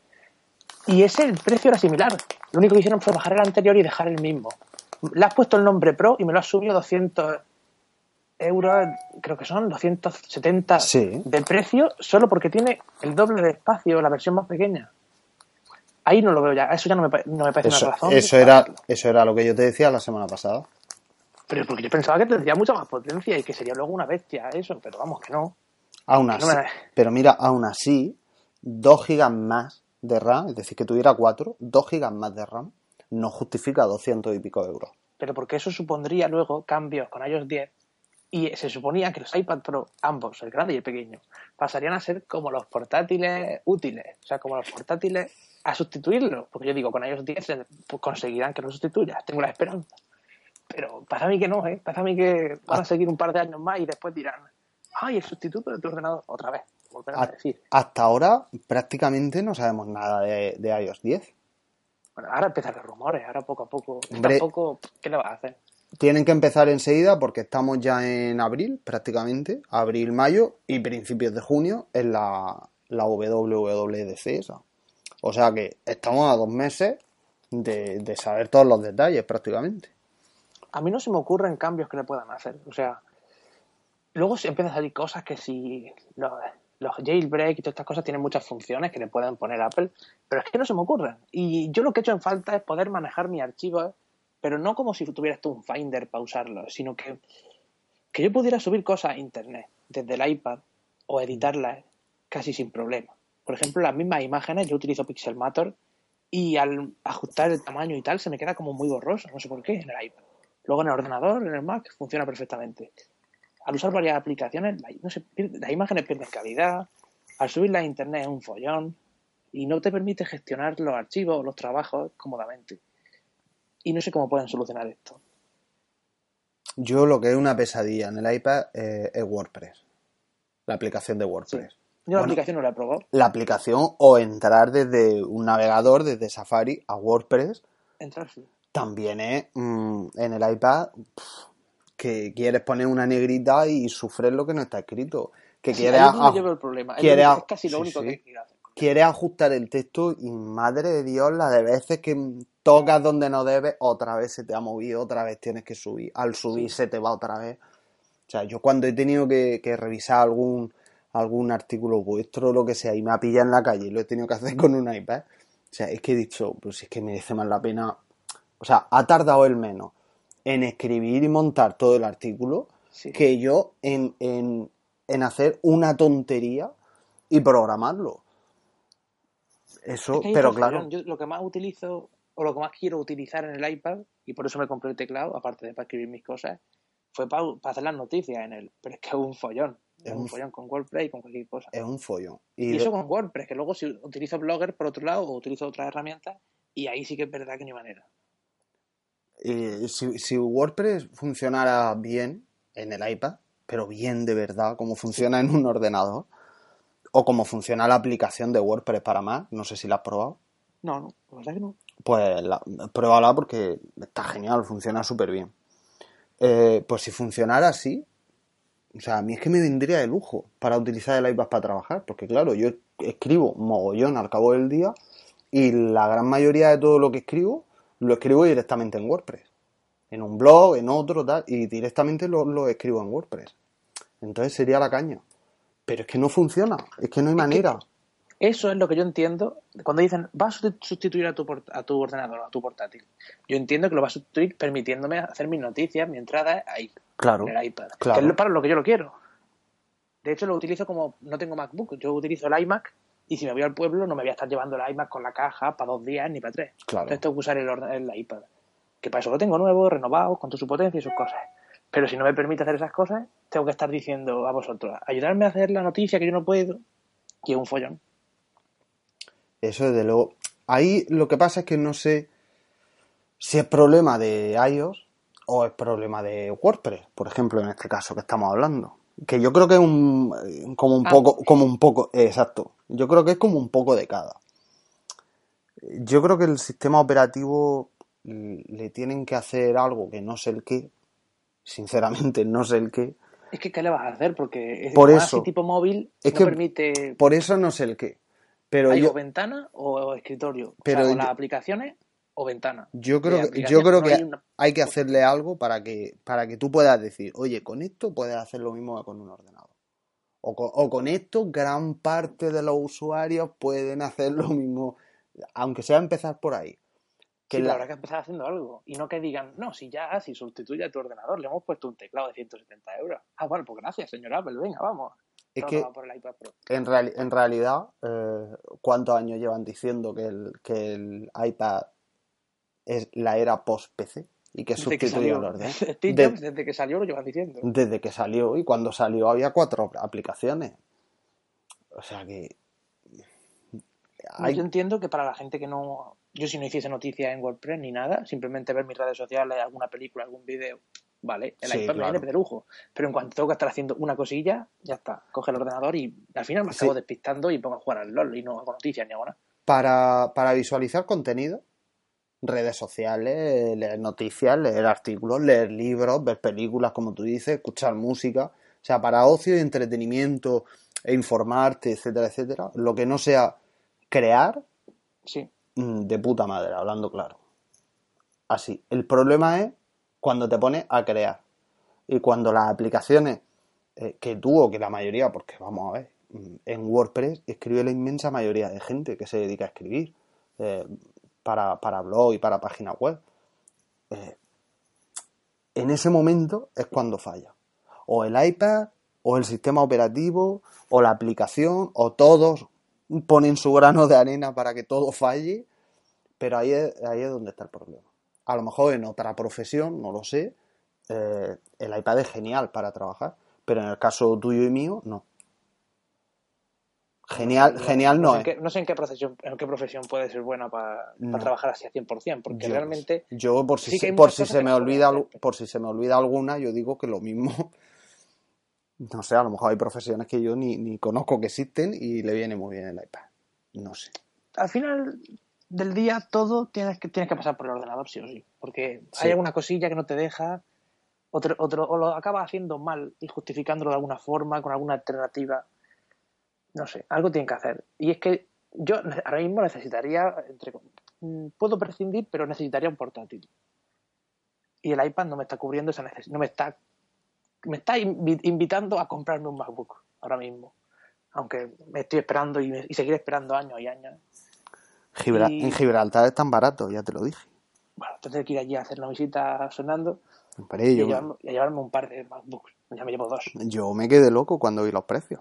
S2: Y ese el precio era similar. Lo único que hicieron fue bajar el anterior y dejar el mismo. Le has puesto el nombre Pro y me lo has subido doscientos euros, creo que son doscientos setenta
S3: Sí.
S2: de precio, solo porque tiene el doble de espacio, la versión más pequeña. Ahí no lo veo ya. Eso ya no me, no me parece
S3: Eso,
S2: una razón.
S3: eso, era, eso era lo que yo te decía la semana pasada.
S2: Pero porque yo pensaba que tendría mucha más potencia y que sería luego una bestia eso, pero vamos, que no.
S3: Aún
S2: Que
S3: así,
S2: no me...
S3: pero mira, aún así, dos gigas más de RAM, es decir, que tuviera cuatro, dos gigas más de RAM, no justifica doscientos y pico euros.
S2: Pero porque eso supondría luego cambios con iOS diez y se suponía que los iPad Pro, ambos, el grande y el pequeño, pasarían a ser como los portátiles útiles, o sea, como los portátiles a sustituirlo, porque yo digo, con iOS diez pues conseguirán que lo sustituya, tengo la esperanza. Pero pasa a mí que no, ¿eh? Pasa a mí que van a seguir un par de años más y después dirán, ¡ay, el sustituto de tu ordenador! Otra vez, volverán a decir.
S3: Hasta ahora prácticamente no sabemos nada de, de iOS diez.
S2: Bueno, ahora empiezan los rumores, ahora poco a poco.
S3: Hombre,
S2: tampoco, ¿qué le vas a hacer?
S3: Tienen que empezar enseguida porque estamos ya en abril, prácticamente, abril, mayo y principios de junio en la, la W W D C esa. O sea que estamos a dos meses de, de saber todos los detalles prácticamente.
S2: A mí no se me ocurren cambios que le puedan hacer. O sea, luego se empiezan a salir cosas que si los, los jailbreak y todas estas cosas tienen muchas funciones que le pueden poner a Apple, pero es que no se me ocurren. Y yo lo que he hecho en falta es poder manejar mis archivos, pero no como si tuvieras tú un Finder para usarlos, sino que, que yo pudiera subir cosas a internet desde el iPad o editarlas casi sin problema. Por ejemplo, las mismas imágenes, yo utilizo Pixelmator y al ajustar el tamaño y tal se me queda como muy borroso, no sé por qué, en el iPad. Luego en el ordenador, en el Mac, funciona perfectamente. Al usar varias aplicaciones, la, no sé, las imágenes pierden calidad, al subirlas a internet es un follón y no te permite gestionar los archivos o los trabajos cómodamente. Y no sé cómo pueden solucionar esto.
S3: Yo lo que es una pesadilla en el iPad eh, es WordPress. La aplicación de WordPress.
S2: Sí. Yo la bueno, aplicación no la he probado.
S3: La aplicación o entrar desde un navegador, desde Safari a WordPress.
S2: Entrar, sí.
S3: También es mmm, en el iPad pff, que quieres poner una negrita y sufres lo que no está escrito. Que
S2: sí,
S3: quieres
S2: ahí es donde yo veo el problema. Es,
S3: quiere,
S2: único, es casi lo
S3: sí,
S2: único
S3: sí.
S2: que quiero hacer.
S3: Quieres ajustar el texto y madre de Dios, la de veces que tocas donde no debes, otra vez se te ha movido, otra vez tienes que subir. Al subir sí. se te va otra vez. O sea, yo cuando he tenido que, que revisar algún, algún artículo vuestro o lo que sea y me ha pillado en la calle y lo he tenido que hacer con un iPad, o sea, es que he dicho, pues si es que merece más la pena. O sea, ha tardado él menos en escribir y montar todo el artículo sí. que yo en, en, en hacer una tontería y programarlo. Eso, es que pero claro.
S2: Yo lo que más utilizo, o lo que más quiero utilizar en el iPad, y por eso me compré el teclado, aparte de para escribir mis cosas, fue para, para hacer las noticias en él. Pero es que es un follón. Es, es un, un follón con WordPress y con cualquier cosa.
S3: Es un follón.
S2: Y, y eso con WordPress, que luego si utilizo Blogger por otro lado, o utilizo otras herramientas, y ahí sí que es verdad que ni manera.
S3: Eh, si, si WordPress funcionara bien en el iPad, pero bien de verdad, como funciona sí. en un ordenador, o como funciona la aplicación de WordPress para Mac, no sé si la has probado.
S2: No, no, la verdad que no.
S3: Pues la, pruébala porque está genial, funciona súper bien. Eh, pues si funcionara así, O sea, a mí es que me vendría de lujo para utilizar el iPad para trabajar, porque claro, yo escribo mogollón al cabo del día y la gran mayoría de todo lo que escribo lo escribo directamente en WordPress. En un blog, en otro, tal, y directamente lo, lo escribo en WordPress. Entonces sería la caña. Pero es que no funciona, es que no hay manera.
S2: Eso es lo que yo entiendo cuando dicen, vas a sustituir a tu, a tu ordenador, a tu portátil. Yo entiendo que lo vas a sustituir permitiéndome hacer mis noticias, mi entrada ahí,
S3: claro,
S2: en el iPad.
S3: Claro.
S2: Que es para lo que yo lo quiero. De hecho, lo utilizo como, no tengo MacBook, yo utilizo el iMac y si me voy al pueblo no me voy a estar llevando el iMac con la caja para dos días ni para tres.
S3: Claro.
S2: Entonces tengo que usar el, el iPad. Que para eso lo tengo nuevo, renovado, con toda su potencia y sus cosas. Pero si no me permite hacer esas cosas, tengo que estar diciendo a vosotros, ayudarme a hacer la noticia que yo no puedo, y es un follón.
S3: Eso desde luego. Ahí lo que pasa es que no sé si es problema de iOS o es problema de WordPress, por ejemplo, en este caso que estamos hablando. Que yo creo que es un como un
S2: ah.
S3: poco, como un poco, eh, exacto. Yo creo que es como un poco de cada. Yo creo que el sistema operativo le tienen que hacer algo que no sé el qué. Sinceramente, no sé el qué.
S2: Es que, ¿qué le vas a hacer? Porque es
S3: por
S2: más
S3: eso,
S2: así tipo móvil
S3: es
S2: no
S3: que
S2: permite...
S3: Por eso no sé el qué. Pero
S2: ¿Hay
S3: yo,
S2: o ventana o, o escritorio?
S3: Pero
S2: o sea, o
S3: yo,
S2: las aplicaciones o ventana.
S3: Yo creo que, yo creo
S2: no
S3: que
S2: hay, una...
S3: hay que hacerle algo para que, para que tú puedas decir, oye, con esto puedes hacer lo mismo que con un ordenador. O con, o con esto gran parte de los usuarios pueden hacer lo mismo, aunque sea empezar por ahí.
S2: Que sí, la... pero habrá que empezar haciendo algo. Y no que digan, no, si ya, si sustituye a tu ordenador, le hemos puesto un teclado de ciento setenta euros. Ah, bueno, pues gracias, señor Apple, venga, vamos.
S3: Es
S2: Todo
S3: que
S2: va por el iPad Pro.
S3: En, real, en realidad, eh, ¿cuántos años llevan diciendo que el, que el iPad es la era post-P C? Y que sustituye al ordenador.
S2: Steve Jobs, desde que salió lo llevan diciendo.
S3: Desde que salió, y cuando salió había cuatro aplicaciones. O sea que...
S2: Hay... Yo entiendo que para la gente que no... Yo si no hiciese noticias en WordPress ni nada, simplemente ver mis redes sociales, alguna película, algún vídeo, vale, el
S3: sí,
S2: iPad
S3: claro.
S2: me viene de lujo. Pero en cuanto tengo que estar haciendo una cosilla, ya está. Coge el ordenador y al final me acabo sí. despistando y pongo a jugar al LOL y no hago noticias ni hago nada.
S3: Para, para visualizar contenido, redes sociales, leer noticias, leer artículos, leer libros, ver películas, como tú dices, escuchar música. O sea, para ocio y entretenimiento e informarte, etcétera, etcétera. Lo que no sea crear,
S2: sí.
S3: de puta madre, hablando claro. Así. El problema es cuando te pones a crear. Y cuando las aplicaciones eh, que tú o que la mayoría, porque vamos a ver, en WordPress escribe la inmensa mayoría de gente que se dedica a escribir eh, para, para blog y para página web. Eh, en ese momento es cuando falla. O el iPad, o el sistema operativo, o la aplicación, o todos ponen su grano de arena para que todo falle, pero ahí es, ahí es donde está el problema. A lo mejor en otra profesión, no lo sé, eh, el iPad es genial para trabajar, pero en el caso tuyo y mío, no. Genial, no, no, genial no,
S2: no sé
S3: es.
S2: En qué, no sé en qué profesión, en qué profesión puede ser buena para,
S3: no.
S2: para trabajar así a cien por ciento, porque
S3: yo,
S2: realmente...
S3: Yo, por si,
S2: sí
S3: se, por si se me olvida hacer, pero... por si se me olvida alguna, yo digo que lo mismo... No sé, a lo mejor hay profesiones que yo ni, ni conozco que existen y le viene muy bien el iPad. No sé.
S2: Al final del día todo tienes que, tienes que pasar por el ordenador, sí o sí. Porque sí. Hay alguna cosilla que no te deja, otro, otro, o lo acabas haciendo mal y justificándolo de alguna forma, con alguna alternativa. No sé, algo tienen que hacer. Y es que yo ahora mismo necesitaría, entre, puedo prescindir, pero necesitaría un portátil. Y el iPad no me está cubriendo esa necesidad, no me está... me está invitando a comprarme un MacBook ahora mismo, aunque me estoy esperando y, me, y seguiré esperando años y años.
S3: Gibral- y... En Gibraltar es tan barato, ya te lo dije.
S2: Bueno, tendré que ir allí a hacer una visita sonando
S3: Hombre,
S2: y,
S3: yo...
S2: a llevarme, y a llevarme un par de MacBooks. Ya me llevo dos.
S3: Yo me quedé loco cuando vi los precios.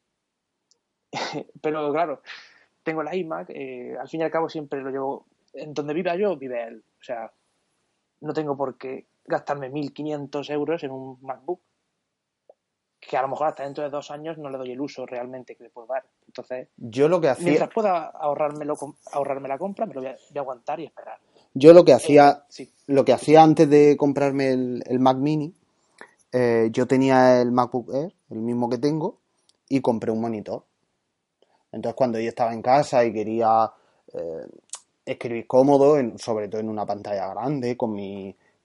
S2: Pero claro, tengo el iMac, eh, al fin y al cabo siempre lo llevo, en donde viva yo, vive él. O sea, no tengo por qué gastarme mil quinientos euros en un MacBook que a lo mejor hasta dentro de dos años no le doy el uso realmente que le puedo dar. Entonces,
S3: yo lo que hacía...
S2: mientras pueda ahorrármelo, ahorrarme la compra, me lo voy a, voy a aguantar y esperar.
S3: Yo lo que hacía,
S2: eh, sí.
S3: lo que hacía antes de comprarme el, el Mac Mini, eh, yo tenía el MacBook Air, el mismo que tengo, y compré un monitor. Entonces, cuando yo estaba en casa y quería eh, escribir cómodo, en, sobre todo en una pantalla grande, con mi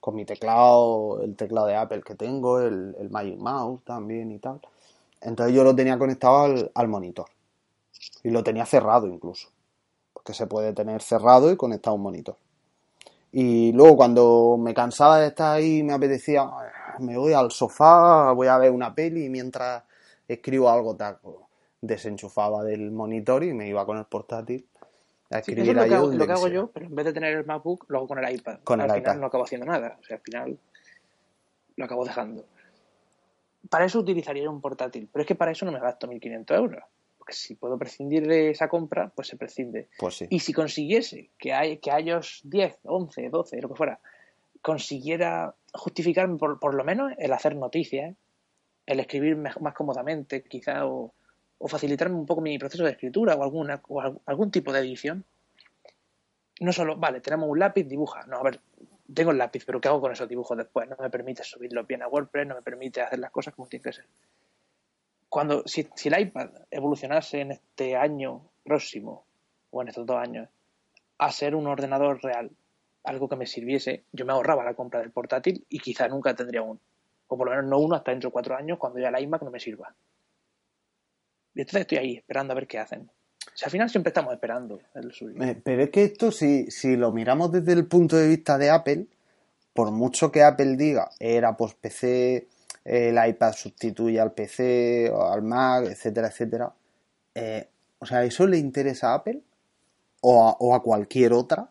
S3: con mi teclado, el teclado de Apple que tengo, el, el Magic Mouse también y tal. Entonces yo lo tenía conectado al, al monitor. Y lo tenía cerrado incluso. Porque se puede tener cerrado y conectado a un monitor. Y luego cuando me cansaba de estar ahí, me apetecía, me voy al sofá, voy a ver una peli mientras escribo algo tal. Desenchufaba del monitor y me iba con el portátil a
S2: Sí,
S3: escribir
S2: eso es lo
S3: ahí
S2: que hago,
S3: donde
S2: lo que hago
S3: quisiera.
S2: yo, pero en vez de tener el MacBook, lo hago con el iPad.
S3: Con
S2: al
S3: el
S2: final
S3: iPad.
S2: no acabo haciendo nada. O sea, al final lo acabo dejando. Para eso utilizaría un portátil. Pero es que para eso no me gasto mil quinientos euros. Porque si puedo prescindir de esa compra, pues se prescinde.
S3: Pues sí.
S2: Y si consiguiese que, hay, que iOS diez, once, doce, lo que fuera, consiguiera justificarme por, por lo menos el hacer noticias, el escribir más, más cómodamente, quizá, o, o facilitarme un poco mi proceso de escritura o, alguna, o algún tipo de edición. No solo, vale, tenemos un lápiz, dibuja. No, a ver, tengo el lápiz, pero ¿qué hago con esos dibujos después? No me permite subirlos bien a WordPress, no me permite hacer las cosas como tiene que ser. Cuando, si, si el iPad evolucionase en este año próximo, o en estos dos años, a ser un ordenador real, algo que me sirviese, yo me ahorraba la compra del portátil y quizá nunca tendría uno. O por lo menos no uno hasta dentro de cuatro años, cuando ya el iMac no me sirva. Y entonces estoy ahí, esperando a ver qué hacen. O sea, al final siempre estamos esperando el suyo.
S3: Eh, pero es que esto, si, si lo miramos desde el punto de vista de Apple, por mucho que Apple diga, era pues P C, el iPad sustituye al P C, o al Mac, etcétera, etcétera. Eh, o sea, ¿eso le interesa a Apple? ¿O a, o a cualquier otra?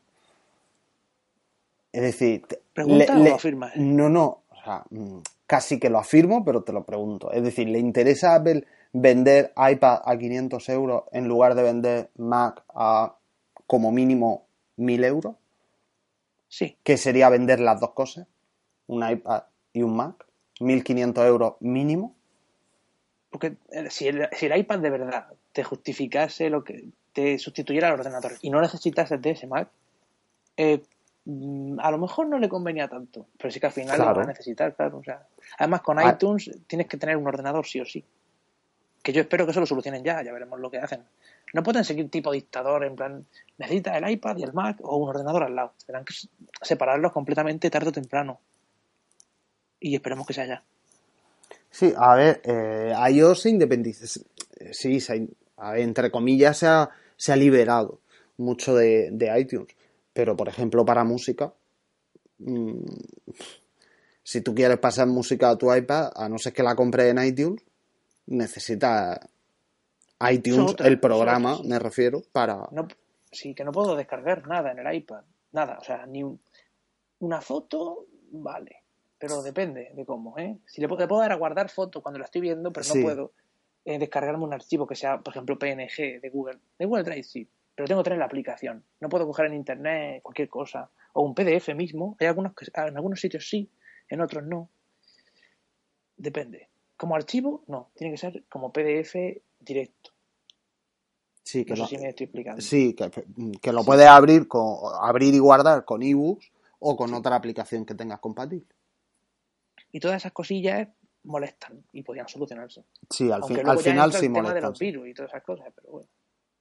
S3: Es decir...
S2: ¿Pregunta
S3: le,
S2: o
S3: le,
S2: lo afirmas?
S3: No, no. O sea, casi que lo afirmo, pero te lo pregunto. Es decir, ¿le interesa a Apple vender iPad a quinientos euros en lugar de vender Mac a como mínimo mil euros?
S2: Sí.
S3: ¿Qué sería vender las dos cosas? Un iPad y un Mac. mil quinientos euros mínimo.
S2: Porque si el, si el iPad de verdad te justificase lo que te sustituyera al ordenador y no necesitase de ese Mac, eh, a lo mejor no le convenía tanto. Pero sí que al final
S3: Claro.
S2: lo van a necesitar, claro. O sea, además con
S3: Ah.
S2: iTunes tienes que tener un ordenador sí o sí. Que yo espero que eso lo solucionen ya, ya veremos lo que hacen. No pueden seguir tipo dictador, en plan, necesitas el iPad y el Mac o un ordenador al lado. Tendrán que separarlos completamente tarde o temprano. Y esperemos que sea ya.
S3: Sí, a ver, eh, iOS se independiza. Sí, se, a ver, entre comillas, se ha, se ha liberado mucho de, de iTunes. Pero, por ejemplo, para música, mmm, si tú quieres pasar música a tu iPad, a no ser que la compres en iTunes, necesitas iTunes,
S2: otra,
S3: el programa,
S2: otra, sí.
S3: me refiero, para...
S2: No, sí, que no puedo descargar nada en el iPad. Nada, o sea, ni un, una foto, vale. Pero depende de cómo, ¿eh? Si le, le puedo dar a guardar foto cuando la estoy viendo, pero no
S3: Sí.
S2: puedo eh, descargarme un archivo que sea, por ejemplo, P N G de Google. De Google Drive sí, pero tengo que tener la aplicación. No puedo coger en internet cualquier cosa. O un P D F mismo. Hay algunos que en algunos sitios sí, en otros no. Depende. Como archivo, no. Tiene que ser como P D F directo.
S3: Sí, que
S2: no
S3: lo,
S2: sé si me estoy explicando.
S3: Sí, que, que lo sí. puedes abrir, con, abrir y guardar con ebooks o con sí. otra aplicación que tengas compatible.
S2: Y todas esas cosillas molestan y podrían solucionarse.
S3: Sí, al,
S2: Aunque
S3: fin,
S2: luego
S3: al
S2: ya
S3: final
S2: entra
S3: sí
S2: el
S3: molestan.
S2: tema de los
S3: sí.
S2: virus y todas esas cosas, pero bueno.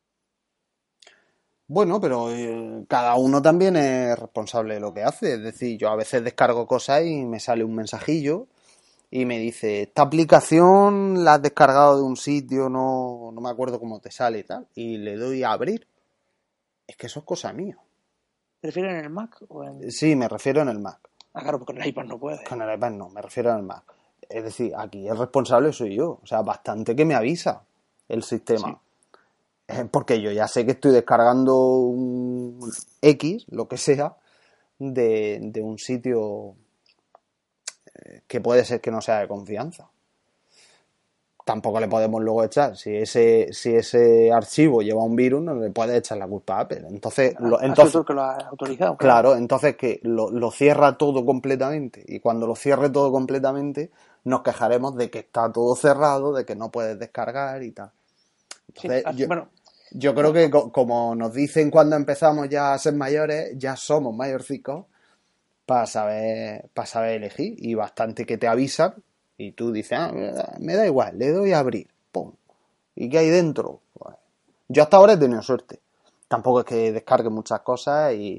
S3: Bueno, pero eh, cada uno también es responsable de lo que hace. Es decir, yo a veces descargo cosas y me sale un mensajillo y me dice, esta aplicación la has descargado de un sitio, no, no me acuerdo cómo te sale y tal. Y le doy a abrir. Es que eso es cosa mía.
S2: ¿Te refieres en el Mac o en...?
S3: Sí, me refiero en el Mac.
S2: Ah, claro, porque en el iPad no puede.
S3: Con el iPad no, me refiero en el Mac. Es decir, aquí el responsable soy yo. O sea, bastante que me avisa el sistema. Sí. Porque yo ya sé que estoy descargando un X, lo que sea, de, de un sitio que puede ser que no sea de confianza. Tampoco le podemos luego echar, si ese si ese archivo lleva un virus, no le puedes echar la culpa a Apple. Entonces,
S2: Ah,
S3: lo, entonces
S2: tú que lo has autorizado.
S3: Claro, claro entonces que lo, lo cierra todo completamente. Y cuando lo cierre todo completamente, nos quejaremos de que está todo cerrado, de que no puedes descargar y tal. Entonces,
S2: sí,
S3: yo,
S2: bueno,
S3: yo creo que co- como nos dicen cuando empezamos ya a ser mayores, ya somos mayorcicos para saber, para saber elegir. Y bastante que te avisan y tú dices, ah, me da igual, le doy a abrir. ¡Pum! ¿Y qué hay dentro? Pues, yo hasta ahora he tenido suerte. Tampoco es que descargue muchas cosas y,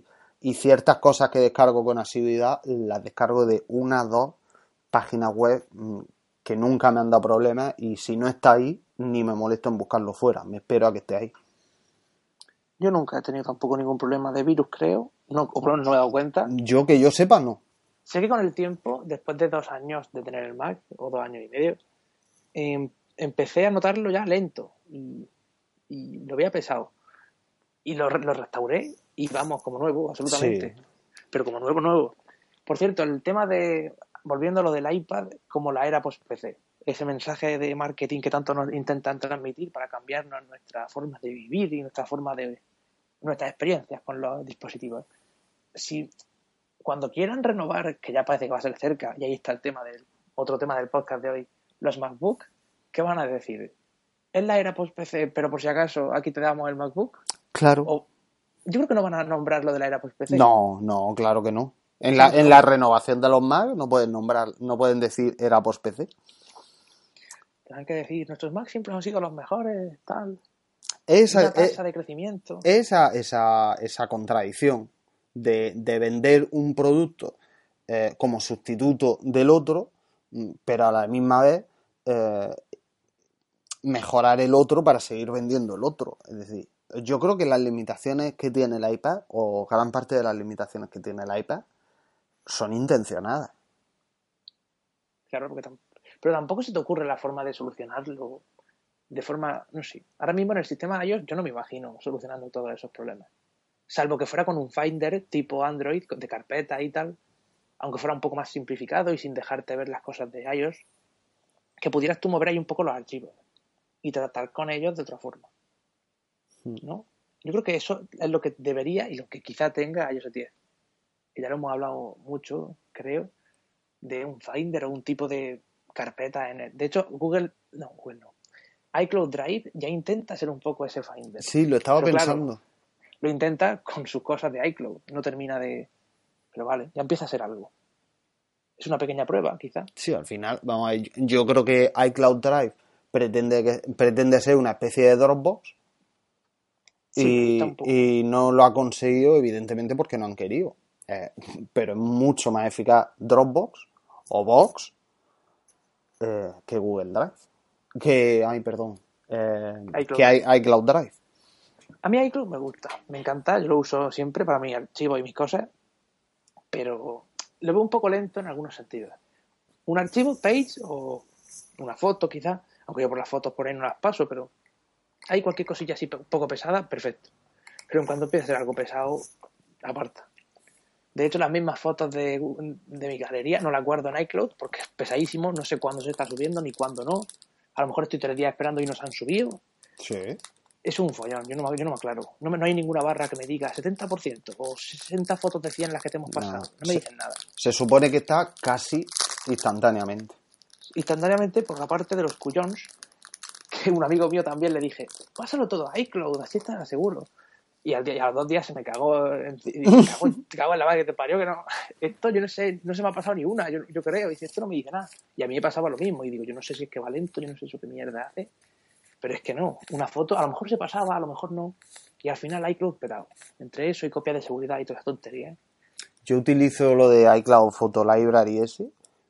S3: y ciertas cosas que descargo con asiduidad las descargo de una o dos páginas web que nunca me han dado problemas, y si no está ahí ni me molesto en buscarlo fuera, me espero a que esté ahí.
S2: Yo nunca he tenido tampoco ningún problema de virus, creo, no, o por lo menos no me he dado cuenta.
S3: Yo que yo sepa, no.
S2: Sé que con el tiempo, después de dos años de tener el Mac, o dos años y medio, eh, empecé a notarlo ya lento y, y lo veía pesado. Y lo, lo restauré y vamos, como nuevo, absolutamente. Sí. Pero como nuevo, nuevo. Por cierto, el tema de, volviendo a lo del iPad, como la era post-P C, ese mensaje de marketing que tanto nos intentan transmitir para cambiarnos nuestra forma de vivir y nuestra forma de, nuestras experiencias con los dispositivos. Si cuando quieran renovar, que ya parece que va a ser cerca, y ahí está el tema del otro tema del podcast de hoy, los MacBook, ¿qué van a decir? ¿Es la era post-P C, pero por si acaso aquí te damos el MacBook?
S3: Claro.
S2: O, yo creo que no van a nombrar lo de la era post-P C.
S3: No, no, claro que no. En la, en la renovación de los Mac no pueden nombrar, no pueden decir era post-P C.
S2: Tendrán que decir, nuestros Mac siempre han sido los mejores, tal.
S3: Esa,
S2: una tasa
S3: es,
S2: de crecimiento.
S3: Esa, esa, esa contradicción de, de vender un producto eh, como sustituto del otro, pero a la misma vez eh, mejorar el otro para seguir vendiendo el otro. Es decir, yo creo que las limitaciones que tiene el iPad, o gran parte de las limitaciones que tiene el iPad, son intencionadas.
S2: Claro, porque tam- pero tampoco se te ocurre la forma de solucionarlo de forma, no sé. Ahora mismo en el sistema iOS yo no me imagino solucionando todos esos problemas. Salvo que fuera con un Finder tipo Android, de carpeta y tal, aunque fuera un poco más simplificado y sin dejarte ver las cosas de iOS, que pudieras tú mover ahí un poco los archivos y tratar con ellos de otra forma. ¿No? Yo creo que eso es lo que debería y lo que quizá tenga iOS diez. Y ya lo hemos hablado mucho, creo, de un Finder o un tipo de carpeta en el... De hecho, Google... No, Google no. iCloud Drive ya intenta ser un poco ese Finder.
S3: Sí, lo estaba
S2: pero
S3: pensando.
S2: Claro, lo intenta con sus cosas de iCloud. No termina de... Pero vale, ya empieza a ser algo. Es una pequeña prueba, quizá.
S3: Sí, al final, vamos a ver, yo creo que iCloud Drive pretende, que, pretende ser una especie de Dropbox. Sí, y, y no lo ha conseguido, evidentemente, porque no han querido. Eh, pero es mucho más eficaz Dropbox o Box eh, que Google Drive. Que, ay, perdón, eh, iCloud. que hay iCloud Drive.
S2: A mí iCloud me gusta, me encanta, yo lo uso siempre para mis archivos y mis cosas, pero lo veo un poco lento en algunos sentidos. Un archivo, Page, o una foto quizá, aunque yo por las fotos por ahí no las paso, pero hay cualquier cosilla así poco pesada, perfecto. Pero en cuanto empieza a ser algo pesado, aparta. De hecho, las mismas fotos de, de mi galería no las guardo en iCloud porque es pesadísimo, no sé cuándo se está subiendo ni cuándo no. A lo mejor estoy tres días esperando y no se han subido.
S3: Sí.
S2: Es un follón, yo no, yo no me aclaro. No, me, no hay ninguna barra que me diga setenta por ciento o sesenta fotos de cien las que te hemos pasado. No, no me se, dicen nada.
S3: Se supone que está casi instantáneamente.
S2: Instantáneamente por la parte de los cuyons, que un amigo mío también le dije, pásalo todo a iCloud, así estás seguro. Y, al día, y a los dos días se me cagó, en, me cagó, te cago en la madre que te parió, que no, esto yo no sé, no se me ha pasado ni una, yo, yo creo, y dice, esto no me dice nada. Y a mí me pasaba lo mismo, y digo, yo no sé si es que va lento, yo no sé eso qué mierda hace, pero es que no, una foto, a lo mejor se pasaba, a lo mejor no, y al final iCloud petado, entre eso y copia de seguridad y todas las tonterías.
S3: Yo utilizo lo de iCloud Photo Library ese,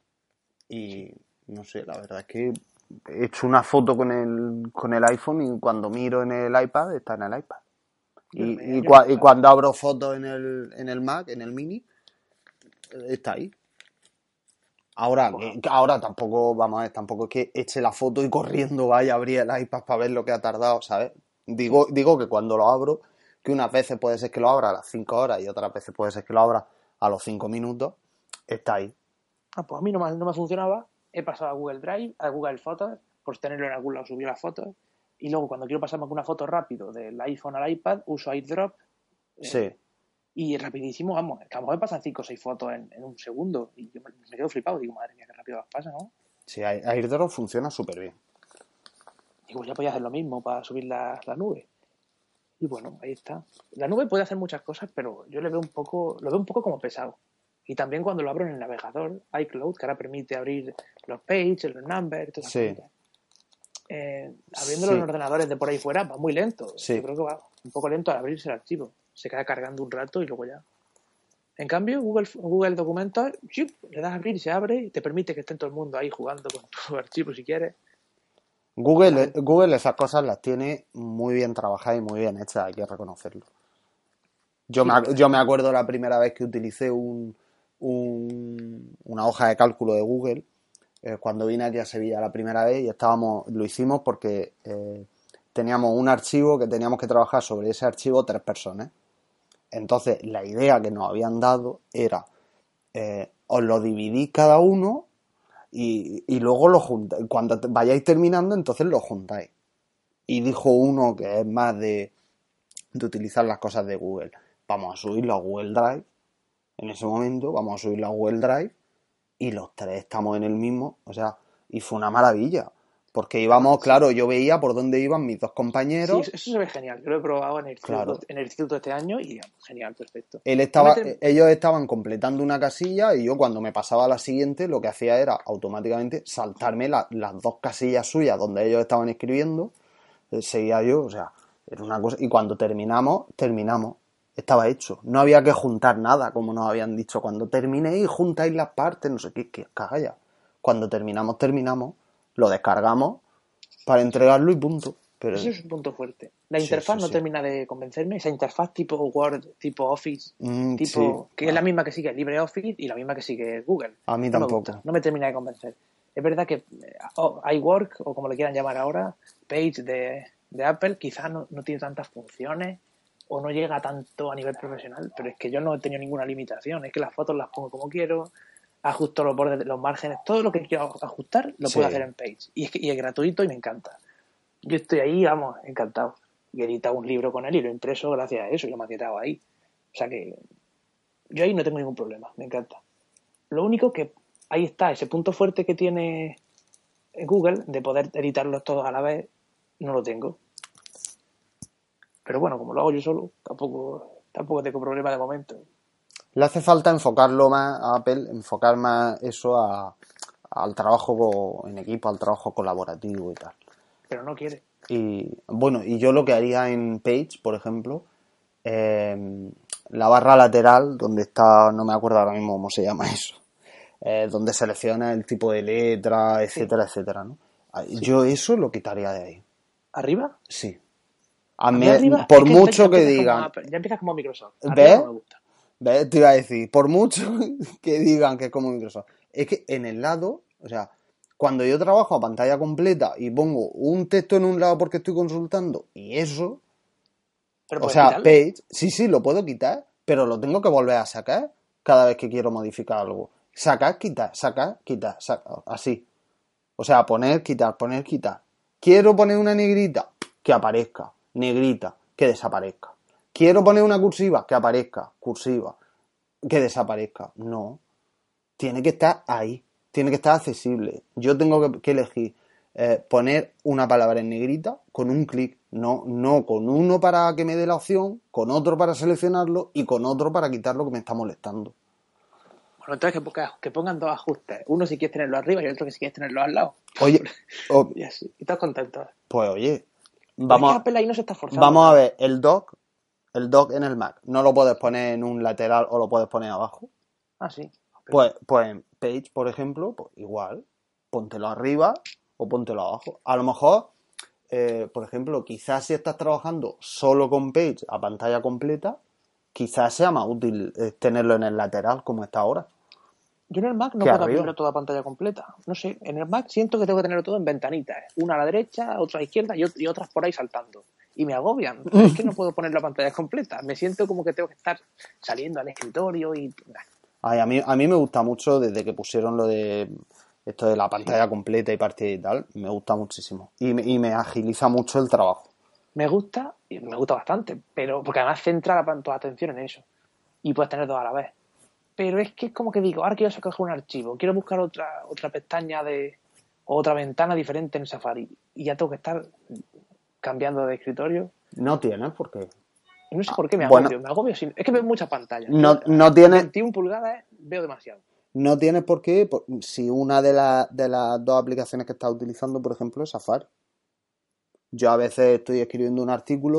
S3: y no sé, la verdad es que he hecho una foto con el, con el iPhone y cuando miro en el iPad, está en el iPad. Y, y, cua, y cuando abro fotos en el, en el Mac, en el Mini, está ahí. Ahora, que, ahora tampoco, vamos a ver, tampoco es que eche la foto y corriendo vaya a abrir el iPad para ver lo que ha tardado, ¿sabes? Digo, digo que cuando lo abro, que unas veces puede ser que lo abra a las cinco horas y otras veces puede ser que lo abra a los cinco minutos, está ahí.
S2: Ah, pues a mí no me, no me funcionaba, he pasado a Google Drive, a Google Fotos, por tenerlo en algún lado, subir las fotos. Y luego, cuando quiero pasarme una foto rápido del iPhone al iPad, uso AirDrop. Eh,
S3: sí.
S2: Y rapidísimo, vamos, que a lo mejor me pasan cinco o seis fotos en, en un segundo. Y yo me, me quedo flipado. Digo, madre mía, qué rápido las pasa, ¿no?
S3: Sí, AirDrop funciona súper bien.
S2: Digo, ya podía hacer lo mismo para subir la, la nube. Y bueno, ahí está. La nube puede hacer muchas cosas, pero yo le veo un poco, lo veo un poco como pesado. Y también cuando lo abro en el navegador, iCloud, que ahora permite abrir los pages, los numbers, todas esas cosas. Eh, abriéndolo sí. en ordenadores de por ahí fuera va muy lento.
S3: Sí.
S2: Yo creo que va un poco lento al abrirse el archivo. Se queda cargando un rato y luego ya. En cambio, Google, Google Documentos, ¡chup!, le das a abrir y se abre y te permite que esté todo el mundo ahí jugando con tu archivo si quieres.
S3: Google, Google esas cosas las tiene muy bien trabajadas y muy bien hechas, hay que reconocerlo. Yo,
S2: Sí,
S3: me, yo me acuerdo la primera vez que utilicé un, un, una hoja de cálculo de Google, eh, cuando vine aquí a Sevilla la primera vez, y estábamos, lo hicimos porque eh, teníamos un archivo que teníamos que trabajar sobre ese archivo tres personas. Entonces, la idea que nos habían dado era, eh, os lo dividís cada uno y, y luego lo juntáis. Cuando vayáis terminando, entonces lo juntáis. Y dijo uno que es más de, de utilizar las cosas de Google. Vamos a subirlo a Google Drive. En ese momento, vamos a subirlo a Google Drive y los tres estamos en el mismo. O sea, y fue una maravilla. Porque íbamos, claro, yo veía por dónde iban mis dos compañeros.
S2: Sí, eso se ve genial. Yo lo he probado en el instituto,
S3: Claro.
S2: en el instituto este año y genial, perfecto.
S3: Él estaba,
S2: Mete-
S3: ellos estaban completando una casilla y yo cuando me pasaba a la siguiente lo que hacía era automáticamente saltarme la, las dos casillas suyas donde ellos estaban escribiendo. Eh, seguía yo, o sea, era una cosa. Y cuando terminamos, terminamos. Estaba hecho. No había que juntar nada, como nos habían dicho. Cuando terminéis, juntáis las partes, no sé qué, que cagalla. Cuando terminamos, terminamos. Lo descargamos para entregarlo y punto. Pero
S2: Eso es un punto fuerte. La
S3: Sí,
S2: interfaz
S3: sí,
S2: no
S3: sí.
S2: termina de convencerme. Esa interfaz tipo Word, tipo Office,
S3: Mm,
S2: tipo
S3: sí.
S2: que es la misma que sigue LibreOffice y la misma que sigue Google.
S3: A mí
S2: no
S3: tampoco.
S2: Me gusta, no me termina de convencer. Es verdad que eh, oh, iWork, o como le quieran llamar ahora, Page de, de Apple, quizás no, no tiene tantas funciones o no llega tanto a nivel profesional, pero es que yo no he tenido ninguna limitación. Es que las fotos las pongo como quiero, ajusto los bordes, los márgenes, todo lo que quiero ajustar lo
S3: Sí.
S2: puedo hacer en Page. Y es, que, y es gratuito y me encanta. Yo estoy ahí, vamos, encantado. Y he editado un libro con él y lo he impreso gracias a eso y lo he maquetado ahí. O sea que yo ahí no tengo ningún problema, me encanta. Lo único que ahí está, ese punto fuerte que tiene Google de poder editarlos todos a la vez, no lo tengo. Pero bueno, como lo hago yo solo, tampoco, tampoco tengo problema de momento.
S3: Le hace falta enfocarlo más a Apple, enfocar más eso a, al trabajo en equipo, al trabajo colaborativo y tal.
S2: Pero no quiere.
S3: Y bueno, y yo lo que haría en Page, por ejemplo, eh, la barra lateral, donde está, no me acuerdo ahora mismo cómo se llama eso, eh, donde selecciona el tipo de letra, etcétera, sí. etcétera, ¿no?
S2: Sí.
S3: Yo eso lo quitaría de ahí.
S2: ¿Arriba?
S3: Sí. A
S2: A
S3: mí,
S2: mí arriba,
S3: por
S2: es que
S3: mucho
S2: ya
S3: que
S2: empiezas
S3: digan...
S2: como Apple, ya empiezas como Microsoft. Arriba
S3: ¿Ves?
S2: no me gusta.
S3: ¿Ves? Te iba a decir, por mucho que digan que es como Microsoft, es que en el lado, o sea, cuando yo trabajo a pantalla completa y pongo un texto en un lado porque estoy consultando y eso,
S2: Pero
S3: o
S2: puedes
S3: sea,
S2: quitarlo.
S3: Page, sí, sí, lo puedo quitar, pero lo tengo que volver a sacar cada vez que quiero modificar algo. Sacar, quitar, sacar, quitar, sacar, así. O sea, poner, quitar, poner, quitar. Quiero poner una negrita, que aparezca, negrita, que desaparezca. Quiero poner una cursiva, que aparezca, cursiva, que desaparezca. No. Tiene que estar ahí. Tiene que estar accesible. Yo tengo que, que elegir eh, poner una palabra en negrita con un clic. No, no con uno para que me dé la opción, con otro para seleccionarlo y con otro para quitar lo que me está molestando.
S2: Bueno, entonces que, ponga- que pongan dos ajustes. Uno si quieres tenerlo arriba y el otro que si quieres tenerlo al lado.
S3: Oye, o-
S2: Y así. Y todos contentos.
S3: pues oye,
S2: Pero
S3: vamos,
S2: es que Apple ahí no se está forzando.
S3: vamos a ver, el dock, el dock en el Mac, no lo puedes poner en un lateral o lo puedes poner abajo.
S2: Ah, sí. Pero-
S3: Pues, pues en Page, por ejemplo, pues igual, póntelo arriba o póntelo abajo. A lo mejor, eh, por ejemplo, quizás si estás trabajando solo con Page a pantalla completa, quizás sea más útil eh, tenerlo en el lateral como está ahora.
S2: Yo en el Mac no
S3: ¿Qué
S2: puedo
S3: arriba?
S2: abrirlo toda pantalla completa. No sé, en el Mac siento que tengo que tenerlo todo en ventanitas. Una a la derecha, otra a la izquierda y, ot- y otras por ahí saltando. Y me agobian. Es que no puedo ponerlo a pantalla completa. Me siento como que tengo que estar saliendo al escritorio y...
S3: Ay, a mí, a mí me gusta mucho desde que pusieron lo de esto de la pantalla completa y partida y tal, me gusta muchísimo. Y me, y me agiliza mucho el trabajo.
S2: Me gusta, y me gusta bastante, pero porque además centra la, tu atención en eso. Y puedes tener dos a la vez. Pero es que es como que digo, ahora quiero sacar un archivo, quiero buscar otra otra pestaña de o otra ventana diferente en Safari y ya tengo que estar cambiando de escritorio.
S3: No tienes por qué.
S2: Y no sé por qué me
S3: Bueno.
S2: agobio, me agobio sin... Es que veo muchas pantallas.
S3: No,
S2: Yo,
S3: no tienes,
S2: veintiuna pulgadas veo demasiado.
S3: no tienes por qué, por- si una de, la- de las dos aplicaciones que estás utilizando, por ejemplo, es Safari. Yo a veces estoy escribiendo un artículo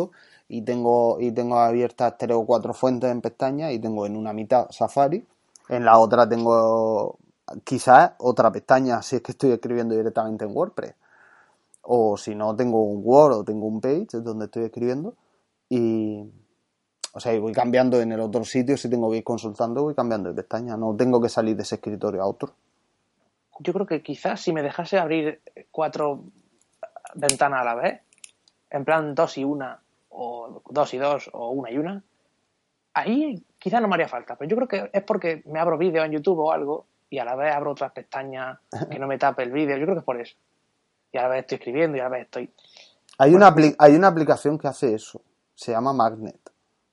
S3: y tengo y tengo abiertas tres o cuatro fuentes en pestañas y tengo en una mitad Safari, en la otra tengo quizás otra pestaña si es que estoy escribiendo directamente en WordPress, o si no tengo un Word o tengo un Page donde estoy escribiendo y, o sea, y voy cambiando en el otro sitio, si tengo que ir consultando voy cambiando de pestaña, no tengo que salir de ese escritorio a otro.
S2: Yo creo que quizás si me dejase abrir cuatro ventanas a la vez, en plan dos y una, o dos y dos, o una y una, ahí quizás no me haría falta, pero yo creo que es porque me abro vídeo en YouTube o algo y a la vez abro otras pestañas que no me tape el vídeo, yo creo que es por eso. Y a la vez estoy escribiendo y a la vez estoy...
S3: Hay,
S2: bueno,
S3: una, apli- hay una aplicación que hace eso, se llama Magnet.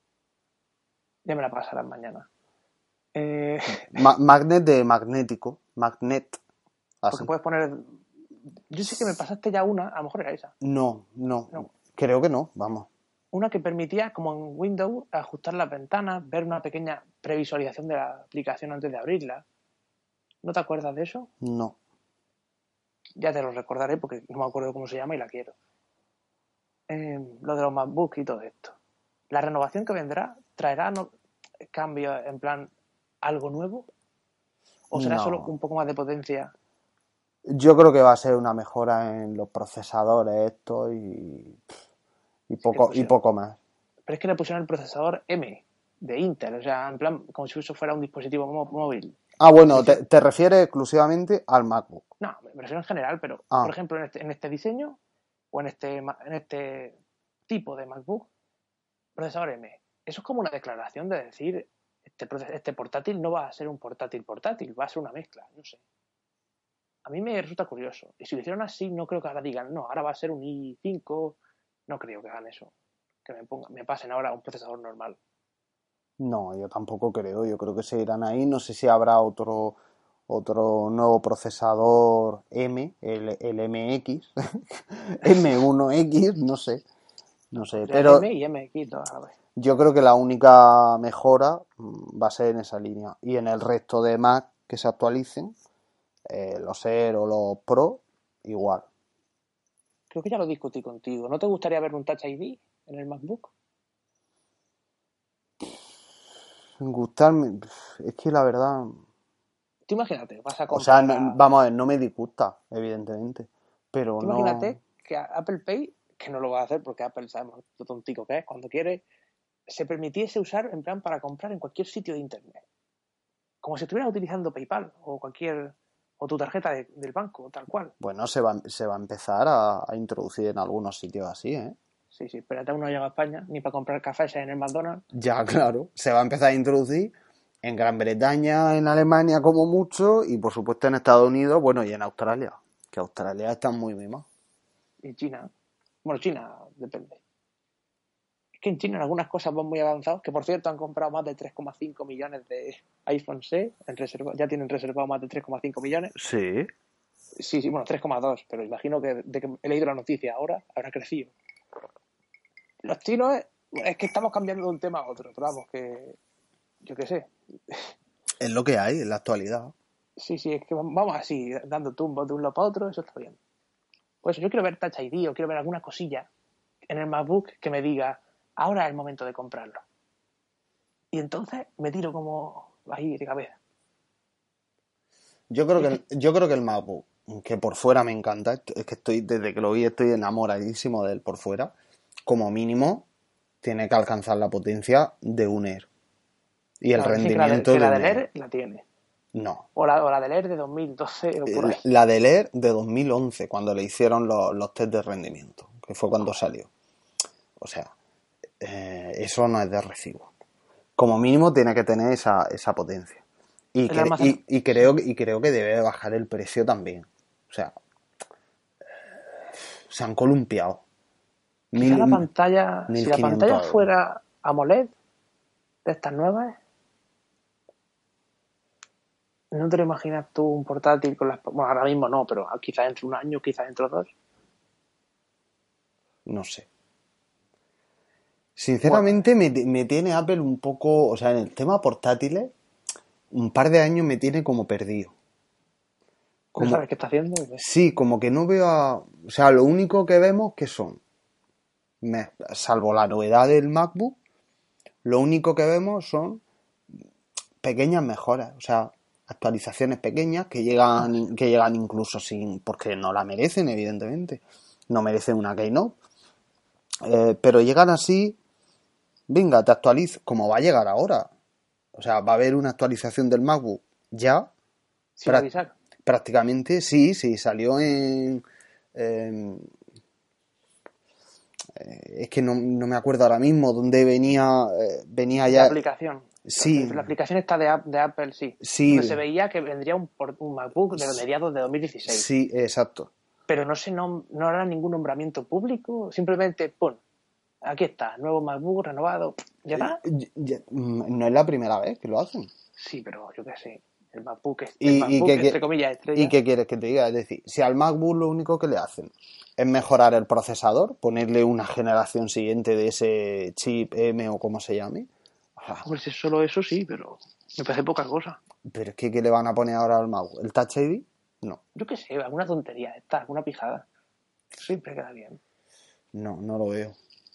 S2: Ya me la pasarás mañana. Eh,
S3: Ma- Magnet de magnético, Magnet. Así.
S2: porque puedes poner... Yo sé que me pasaste ya una, a lo mejor era esa.
S3: No, no,
S2: No.
S3: creo que no, vamos.
S2: Una que permitía, como en Windows, ajustar las ventanas, ver una pequeña previsualización de la aplicación antes de abrirla. ¿No te acuerdas de eso?
S3: No.
S2: Ya te lo recordaré porque no me acuerdo cómo se llama y la quiero. Eh, lo de los MacBooks y todo esto. La renovación que vendrá traerá no, cambios en plan algo nuevo o será
S3: No.
S2: solo un poco más de potencia.
S3: Yo creo que va a ser una mejora en los procesadores esto y, y, poco,
S2: pusieron,
S3: y poco más.
S2: Pero es que le pusieron el procesador M de Intel, o sea, en plan como si eso fuera un dispositivo móvil.
S3: Ah, bueno, te, te refieres exclusivamente al MacBook.
S2: No, me refiero en general, pero
S3: ah.
S2: por ejemplo en este, en este diseño o en este, en este tipo de MacBook, procesador M. Eso es como una declaración de decir, este, este portátil no va a ser un portátil portátil, va a ser una mezcla, no sé. A mí me resulta curioso. Y si lo hicieron así, no creo que ahora digan, no, ahora va a ser un i cinco, no creo que hagan eso. Que me, ponga, me pasen ahora un procesador normal.
S3: No, yo tampoco creo, yo creo que se irán ahí, no sé si habrá otro otro nuevo procesador M, el, el M X, M uno X, no sé, no sé, pero
S2: M y M X toda la vez.
S3: Yo creo que la única mejora va a ser en esa línea y en el resto de Mac que se actualicen, eh, los Air o los Pro, igual.
S2: Creo que ya lo discutí contigo. ¿No te gustaría ver un Touch I D en el MacBook?
S3: Gustarme, es que la verdad...
S2: Tú imagínate, vas a comprar...
S3: O sea, no, vamos a ver, no me disgusta, evidentemente, pero
S2: tú
S3: no...
S2: Imagínate que Apple Pay, que no lo va a hacer porque Apple sabemos lo tontico que es, cuando quiere, se permitiese usar en plan para comprar en cualquier sitio de internet. Como si estuvieras utilizando PayPal o cualquier... o tu tarjeta de, del banco, tal cual.
S3: Bueno, se va, se va a empezar a, a introducir en algunos sitios así, ¿eh?
S2: Sí, sí, pero aún no llega a España, ni para comprar cafés en el McDonald's.
S3: Ya, claro, se va a empezar a introducir en Gran Bretaña, en Alemania como mucho, y por supuesto en Estados Unidos, bueno, y en Australia, que Australia está muy mimado.
S2: Y China. Bueno, China depende. Es que en China en algunas cosas van muy avanzados, que por cierto han comprado más de tres coma cinco millones de iPhone seis, en reserva, ya tienen reservado más de tres coma cinco millones.
S3: Sí.
S2: Sí, sí, bueno, tres coma dos, pero imagino que de que he leído la noticia ahora, habrá crecido. Los chinos, es, es que estamos cambiando de un tema a otro, pero vamos, que yo qué sé.
S3: Es lo que hay en la actualidad.
S2: Sí, sí, es que vamos así, dando tumbos de un lado para otro, eso está bien. Pues yo quiero ver Touch I D o quiero ver alguna cosilla en el MacBook que me diga, ahora es el momento de comprarlo. Y entonces me tiro como ahí de cabeza.
S3: Yo creo que el, yo creo que el MacBook, que por fuera me encanta, es que estoy, desde que lo vi estoy enamoradísimo de él por fuera, como mínimo tiene que alcanzar la potencia de un Air. Y el
S2: claro,
S3: rendimiento
S2: que la de, que la
S3: de
S2: del
S3: Air.
S2: Air la tiene.
S3: No.
S2: O la, o la del Air de dos mil doce o por ahí.
S3: La, la del Air de dos mil once, cuando le hicieron los, los test de rendimiento, que fue cuando salió. O sea, eh, eso no es de recibo. Como mínimo tiene que tener esa, esa potencia. Y, que, y, y, creo, y creo que debe bajar el precio también. O sea, se han columpiado.
S2: Mil, la pantalla, si la pantalla euros. Fuera AMOLED de estas nuevas, ¿no te lo imaginas tú un portátil con las... Bueno, ahora mismo no, pero quizás entre un año, quizás entre dos.
S3: No sé. Sinceramente bueno. me, me tiene Apple un poco... O sea, en el tema portátiles, un par de años me tiene como perdido.
S2: Como, ¿no sabes qué está haciendo?
S3: Sí, como que no veo a... O sea, lo único que vemos que son me, salvo la novedad del MacBook, lo único que vemos son pequeñas mejoras, o sea, actualizaciones pequeñas que llegan, que llegan incluso sin, porque no la merecen, evidentemente, no merecen una Keynote, eh, pero llegan así, venga, te actualizo, como va a llegar ahora, o sea, va a haber una actualización del MacBook ya,
S2: sin avisar.
S3: Prácticamente, sí, sí, salió en... en eh, es que no, no me acuerdo ahora mismo dónde venía, eh, venía ya...
S2: La aplicación.
S3: Sí.
S2: La aplicación esta de, de Apple, sí.
S3: Sí.
S2: Donde se veía que vendría un, un MacBook de mediados de dos mil dieciséis.
S3: Sí, exacto.
S2: Pero no se no, no era ningún nombramiento público, simplemente, pum, aquí está, nuevo MacBook renovado, ¿ya está?
S3: No es la primera vez que lo hacen.
S2: Sí, pero yo qué sé, el MacBook, es,
S3: y,
S2: el MacBook
S3: y que,
S2: entre comillas, estrella.
S3: ¿Y qué quieres que te diga? Es decir, si al MacBook lo único que le hacen es mejorar el procesador, ponerle una generación siguiente de ese chip M o como se llame.
S2: Hombre, si es solo eso sí, pero me parece poca cosa.
S3: Pero es que ¿qué le van a poner ahora al MacBook? ¿El Touch I D? No.
S2: Yo qué sé, alguna tontería esta, alguna pijada. Siempre queda bien.
S3: No, no lo veo.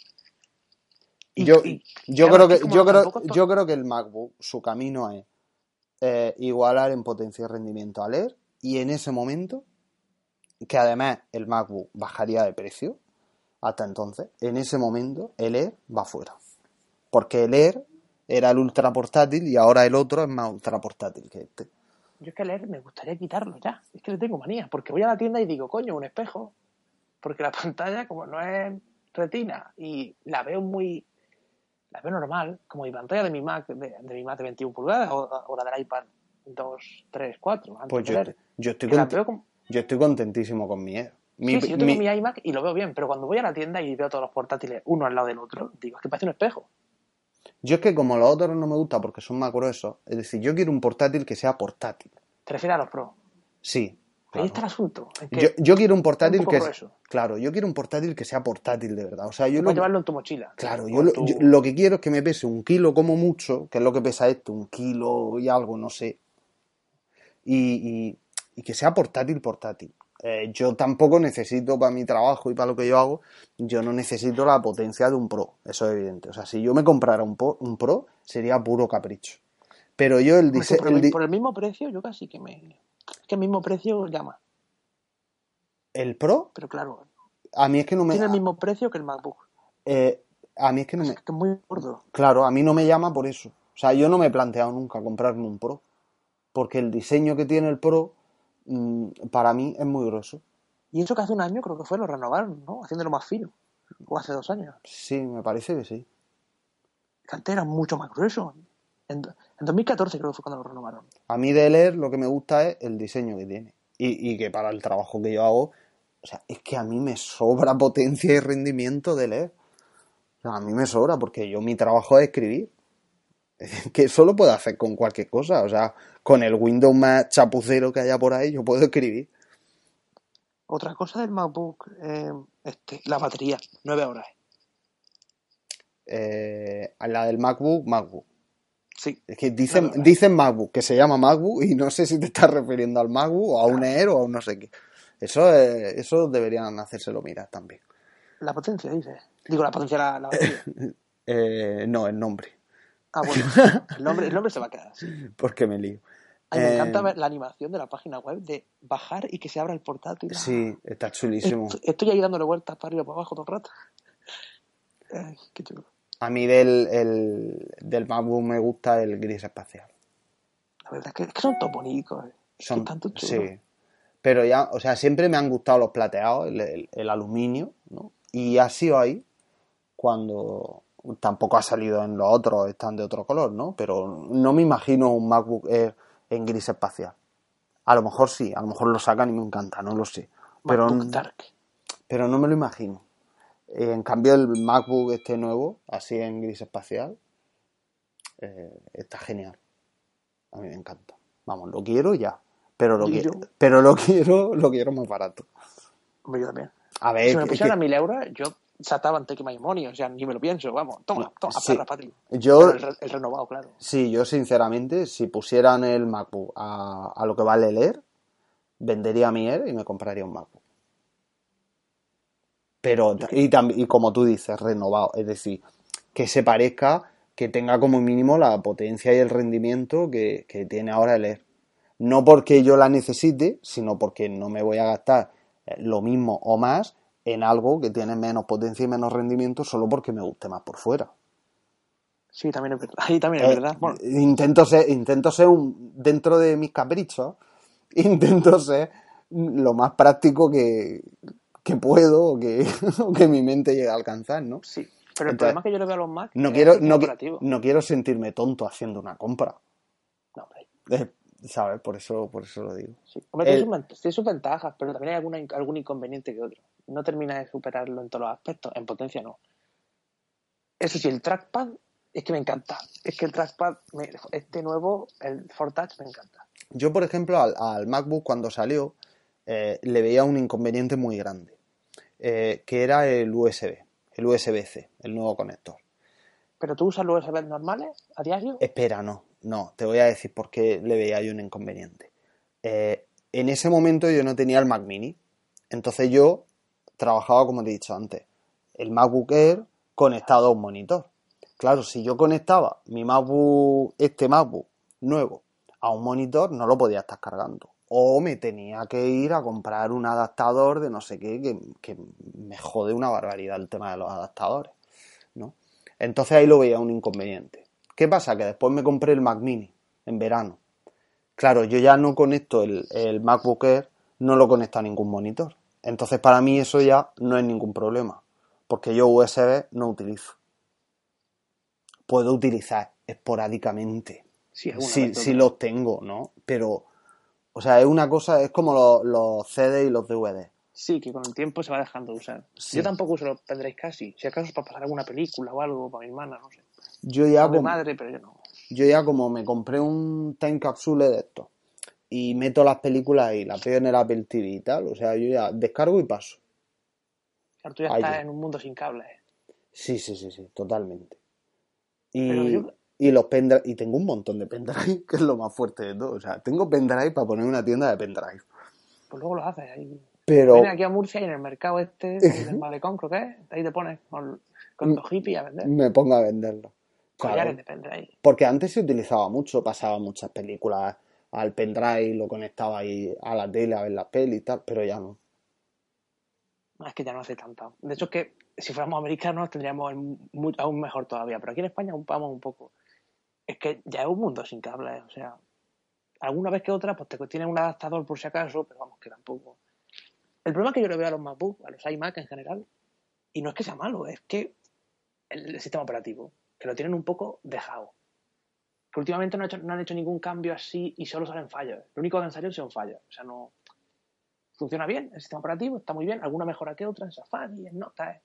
S2: Y,
S3: yo
S2: y,
S3: yo
S2: claro,
S3: creo que yo creo
S2: to...
S3: yo creo que el MacBook, su camino es eh, igualar en potencia y rendimiento al Air, y en ese momento, que además el MacBook bajaría de precio hasta entonces, en ese momento el Air va fuera. Porque el Air era el ultra portátil y ahora el otro es más ultra portátil que este.
S2: Yo es que el Air me gustaría quitarlo ya. Es que le tengo manía. Porque voy a la tienda y digo, coño, un espejo. Porque la pantalla, como no es retina y la veo muy... La veo normal, como mi pantalla de mi Mac, de, de mi Mac de veintiuna pulgadas o, o la del iPad dos, tres, cuatro.
S3: Pues yo,
S2: Air,
S3: yo, estoy cont-
S2: como...
S3: yo estoy contentísimo con mi Air. Mi,
S2: sí, sí, yo tengo
S3: mi...
S2: mi iMac y lo veo bien, pero cuando voy a la tienda y veo todos los portátiles uno al lado del otro, digo, es que parece un espejo.
S3: Yo es que como los otros no me gusta porque son más gruesos, es decir, yo quiero un portátil que sea portátil.
S2: ¿Te refieres a los Pro?
S3: Sí.
S2: Claro. Ahí está el asunto. Es que
S3: yo, yo quiero un portátil
S2: un
S3: que
S2: grueso.
S3: Claro, yo quiero un portátil que sea portátil de verdad. O sea, yo
S2: puedes
S3: lo...
S2: llevarlo en tu mochila.
S3: Claro, yo lo,
S2: tu...
S3: yo lo que quiero es que me pese un kilo como mucho, que es lo que pesa esto, un kilo y algo, no sé. Y, y, y que sea portátil, portátil. Eh, yo tampoco necesito para mi trabajo y para lo que yo hago, yo no necesito la potencia de un Pro, eso es evidente. O sea, si yo me comprara un, po, un Pro, sería puro capricho. Pero yo el diseño...
S2: Por, el, por el mismo precio, yo casi que me... Es que el mismo precio llama.
S3: ¿El Pro?
S2: Pero claro,
S3: a mí es que no me...
S2: tiene el mismo precio que el MacBook.
S3: Eh, a mí es que no me...
S2: Es que es muy gordo.
S3: Claro, a mí no me llama por eso. O sea, yo no me he planteado nunca comprarme un Pro. Porque el diseño que tiene el Pro, mmm, para mí, es muy grueso.
S2: Y eso que hace un año creo que fue, lo renovaron, ¿no? Haciéndolo más fino. O hace dos años.
S3: Sí, me parece que sí.
S2: Antes era mucho más grueso. En, en dos mil catorce creo que fue cuando lo renovaron.
S3: A mí de leer lo que me gusta es el diseño que tiene. Y, y que para el trabajo que yo hago, o sea, es que a mí me sobra potencia y rendimiento de leer. O sea, a mí me sobra porque yo mi trabajo es escribir. Que eso lo puedo hacer con cualquier cosa. O sea, con el Windows más chapucero que haya por ahí, yo puedo escribir.
S2: Otra cosa del MacBook, eh, este, la batería, nueve horas.
S3: Eh, la del MacBook, MacBook.
S2: Sí.
S3: Es que dicen, dicen MacBook, que se llama MacBook, y no sé si te estás refiriendo al MacBook o a un Air o a un no sé qué. Eso, eh, eso deberían hacérselo mirar también.
S2: La potencia, dices. Digo, la potencia, la, la batería.
S3: eh, no, el nombre.
S2: Ah, bueno. El nombre, el nombre se va a quedar así.
S3: Porque me lío.
S2: Ay, me
S3: eh,
S2: encanta ver la animación de la página web de bajar y que se abra el portátil.
S3: Sí, está chulísimo.
S2: Estoy, estoy ahí dándole vueltas para arriba para abajo todo el rato. Ay, qué chulo.
S3: A mí del, el, del MacBook me gusta el gris espacial.
S2: La verdad es que, es que son todos bonitos. Eh.
S3: Son,
S2: tanto
S3: sí. Pero ya, o sea, siempre me han gustado los plateados, el, el, el aluminio, ¿no? Y ha sido ahí cuando tampoco ha salido en los otros, están de otro color, ¿no? Pero no me imagino un MacBook Air en gris espacial. A lo mejor sí, a lo mejor lo sacan y me encanta, no lo sé. Pero,
S2: MacBook Dark.
S3: Pero no me lo imagino. En cambio el MacBook este nuevo, así en gris espacial, eh, está genial. A mí me encanta. Vamos, lo quiero ya. Pero lo, quiero, pero lo quiero lo quiero más barato.
S2: Hombre, yo también.
S3: A ver,
S2: si me pusieran
S3: que...
S2: a mil euros, yo saltaba ante que my money. O sea, ni me lo pienso. Vamos, toma, toma,
S3: sí.
S2: perra para ti.
S3: Yo,
S2: el, el renovado, claro.
S3: Sí, yo sinceramente, si pusieran el MacBook a, a lo que vale el Air, vendería mi Air y me compraría un MacBook. Pero, y, también, y como tú dices, renovado. Es decir, que se parezca, que tenga como mínimo la potencia y el rendimiento que, que tiene ahora el Air. No porque yo la necesite, sino porque no me voy a gastar lo mismo o más en algo que tiene menos potencia y menos rendimiento solo porque me guste más por fuera.
S2: Sí, también es verdad. Ahí también es
S3: Eh,
S2: verdad. Bueno,
S3: intento ser, intento ser un, dentro de mis caprichos, intento ser lo más práctico que, que puedo o que, o que mi mente llegue a alcanzar, ¿no?
S2: sí. Pero el
S3: Entonces,
S2: problema que yo le veo a los Mac
S3: no
S2: es
S3: quiero,
S2: el sistema
S3: no,
S2: operativo.
S3: no quiero sentirme tonto haciendo una compra.
S2: No, hombre.
S3: Eh, ¿Sabes? Por eso, por eso lo digo.
S2: Sí. Hombre,
S3: El-
S2: tiene, sus, tiene sus ventajas, pero también hay alguna, algún inconveniente que otro. No termina de superarlo en todos los aspectos. En potencia no. Eso sí, el trackpad es que me encanta. Es que el trackpad, me, este nuevo, el cuatro Touch, me encanta.
S3: Yo, por ejemplo, al, al MacBook cuando salió, eh, le veía un inconveniente muy grande, eh, que era el U S B, el U S B-C, el nuevo conector.
S2: ¿Pero tú usas los U S B normales a diario?
S3: Espera, no, no, te voy a decir por qué le veía yo un inconveniente. Eh, en ese momento yo no tenía el Mac Mini, entonces yo trabajaba, como te he dicho antes, el MacBook Air conectado a un monitor. Claro, si yo conectaba mi MacBook, este MacBook nuevo, a un monitor, no lo podía estar cargando. O me tenía que ir a comprar un adaptador de no sé qué, que, que me jode una barbaridad el tema de los adaptadores, ¿no? Entonces ahí lo veía un inconveniente. ¿Qué pasa? Que después me compré el Mac Mini en verano. Claro, yo ya no conecto el, el MacBook Air, no lo conecto a ningún monitor. Entonces para mí eso ya no es ningún problema, porque yo U S B no utilizo. Puedo utilizar esporádicamente,
S2: Sí, alguna
S3: si,
S2: vez
S3: si
S2: otra.
S3: los tengo, ¿no? Pero, o sea, es una cosa, es como los, los C D y los D V D.
S2: Sí, que con el tiempo se va dejando de usar.
S3: Sí.
S2: Yo tampoco uso los pendrives casi. Si acaso es para pasar alguna película o algo, para mi hermana, no sé.
S3: Yo ya,
S2: O mi
S3: como,
S2: madre, pero yo no.
S3: yo ya como me compré un time capsule de estos y meto las películas y las veo en el Apple T V y tal, o sea, yo ya descargo y paso.
S2: Claro, tú ya
S3: Allí.
S2: estás en un mundo sin cables.
S3: Sí, sí, sí, sí, totalmente.
S2: Pero
S3: Y,
S2: yo,
S3: y los pendrive, y tengo un montón de pendrive, que es lo más fuerte de todo. O sea, tengo pendrive para poner una tienda de pendrive.
S2: pues luego lo haces ahí.
S3: Pero
S2: Vienes aquí a Murcia y en el mercado este, del malecón, creo que es, ahí te pones con, con los hippies a vender.
S3: me pongo a venderlo.
S2: Collares
S3: Claro.
S2: de pendrive.
S3: Porque antes se utilizaba mucho, pasaba muchas películas al pendrive, lo conectaba ahí a la tele a ver las pelis y tal, pero ya no.
S2: No, es que ya no hace tanta. De hecho, es que si fuéramos americanos tendríamos el mu- aún mejor todavía. Pero aquí en España aún vamos un poco. Es que ya es un mundo sin cables. O sea, alguna vez que otra, pues te tienes un adaptador por si acaso, pero vamos, que tampoco. El problema que yo le veo a los MacBook, a los iMac en general, y no es que sea malo, es que el, el sistema operativo, que lo tienen un poco dejado. Que últimamente no, ha hecho, no han hecho ningún cambio así y solo salen fallos. Lo único que han salido son fallos. O sea, no. Funciona bien el sistema operativo, está muy bien, alguna mejora que otra en Safari, en Notas.